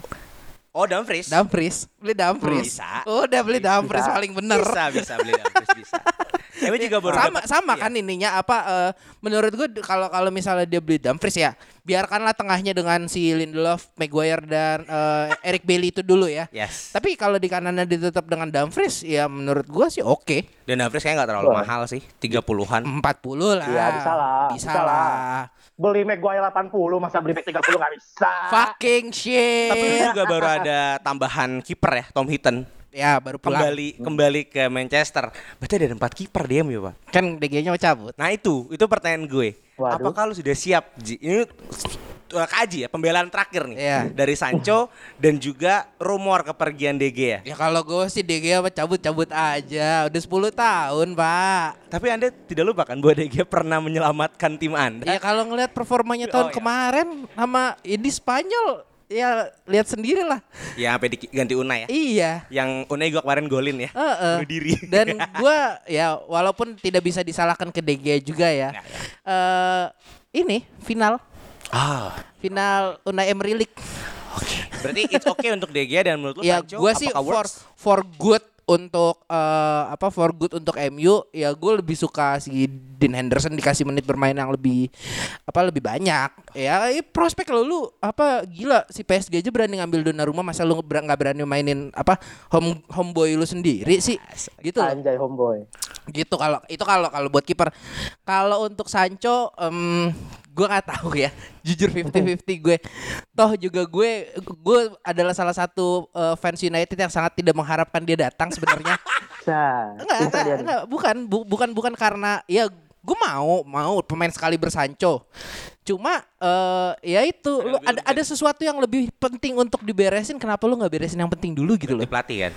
Oh, Dumfries. Dumfries. Beli Dumfries. Bisa. Udah beli Dumfries Bisa. paling bener. Bisa, bisa beli Dumfries bisa. Emi juga baru sama dapat- sama iya. kan ininya apa eh, menurut gue kalau kalau misalnya dia beli Dumfries ya biarkanlah tengahnya dengan si Lindelof, Maguire dan eh, Eric Bailly itu dulu ya. Yes. Tapi kalau di kanannya ditutup dengan Dumfries ya menurut gue sih oke. Dan Dumfries kayaknya nggak terlalu Wah. mahal sih, tiga puluhan. empat puluh lah. Iya, bisa lah, Bisa, bisa lah. lah. Beli Maguire delapan puluh, masa beli back tiga puluh nggak bisa. Fucking shit. Tapi lu juga baru ada tambahan kiper ya, Tom Heaton. Ya baru pulang. Kembali kembali ke Manchester. Berarti ada empat kiper dia ya, Pak. Kan D G-nya mau cabut. Nah, itu, itu pertanyaan gue. Waduh. Apakah lu sudah siap, Ji? Ini uh, kaji ya, pembelaan terakhir nih. Iya. Dari Sancho dan juga rumor kepergian D G ya. Ya kalau gue sih D G apa cabut-cabut aja. Udah sepuluh tahun, Pak. Tapi Anda tidak lupa kan bahwa D G pernah menyelamatkan tim Anda? Ya kalau ngelihat performanya Oh, tahun iya. kemarin sama ini Spanyol ya lihat sendiri lah. Ya, sampai diganti Unai ya. Iya. Yang Unai gua kemarin golin ya. Heeh. Bunuh diri. Dan gua ya walaupun tidak bisa disalahkan ke D G juga ya. Ya, ya. Eh ini final Ah, final Unai Emery League. berarti it's okay untuk D G dan menurut lu Ya Sancho gua sih apakah for works? for good untuk eh, apa for good untuk M U ya gue lebih suka si Dean Henderson dikasih menit bermain yang lebih apa lebih banyak ya eh, prospek lo lu apa gila si P S G aja berani ngambil Donnarumma masa lu nggak nggak berani mainin apa home homeboy lu sendiri sih gitu loh. Anjay homeboy. Gitu kalau itu kalau kalau buat kiper. Kalau untuk Sancho em gue nggak tahu ya. Jujur fifty fifty gue. Toh juga gue gue adalah salah satu eh, fans United yang sangat tidak mengharapkan dia datang sebenarnya. Nah, enggak, pintar enggak, dia nih. enggak, bukan bu- bukan bukan karena ya gue mau mau pemain sekali bersancho. Cuma eh ya itu lu lebih ada ada sesuatu yang lebih penting untuk diberesin kenapa lu nggak beresin yang penting dulu gitu loh. Pelatih kan.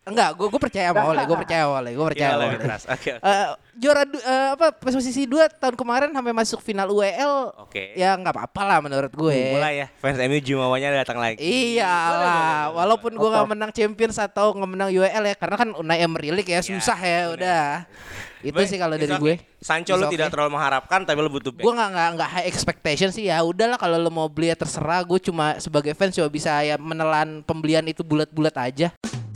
Enggak, gue gue percaya sama Ole, gue percaya sama Ole, gue percaya Iya, sama lebih Ole. keras. Oke. oke. Eh, juara du- eh, apa posisi dua tahun kemarin sampai masuk final U E L. Oke. Ya nggak apa-apa lah menurut gue. Mulai ya fans M U Jumawanya datang lagi. Iya lah, walaupun gue nggak menang Champions atau nggak menang U E L ya, karena kan Unai Emery League ya susah ya, udah. Itu Baik, sih kalau it's dari okay. gue. Sancho lu It's tidak okay. terlalu mengharapkan tapi lu butuh back. Gue nggak nggak nggak high expectation sih ya. Udahlah kalau lo mau beli ya terserah. Gue cuma sebagai fans cuma bisa ya menelan pembelian itu bulat-bulat aja.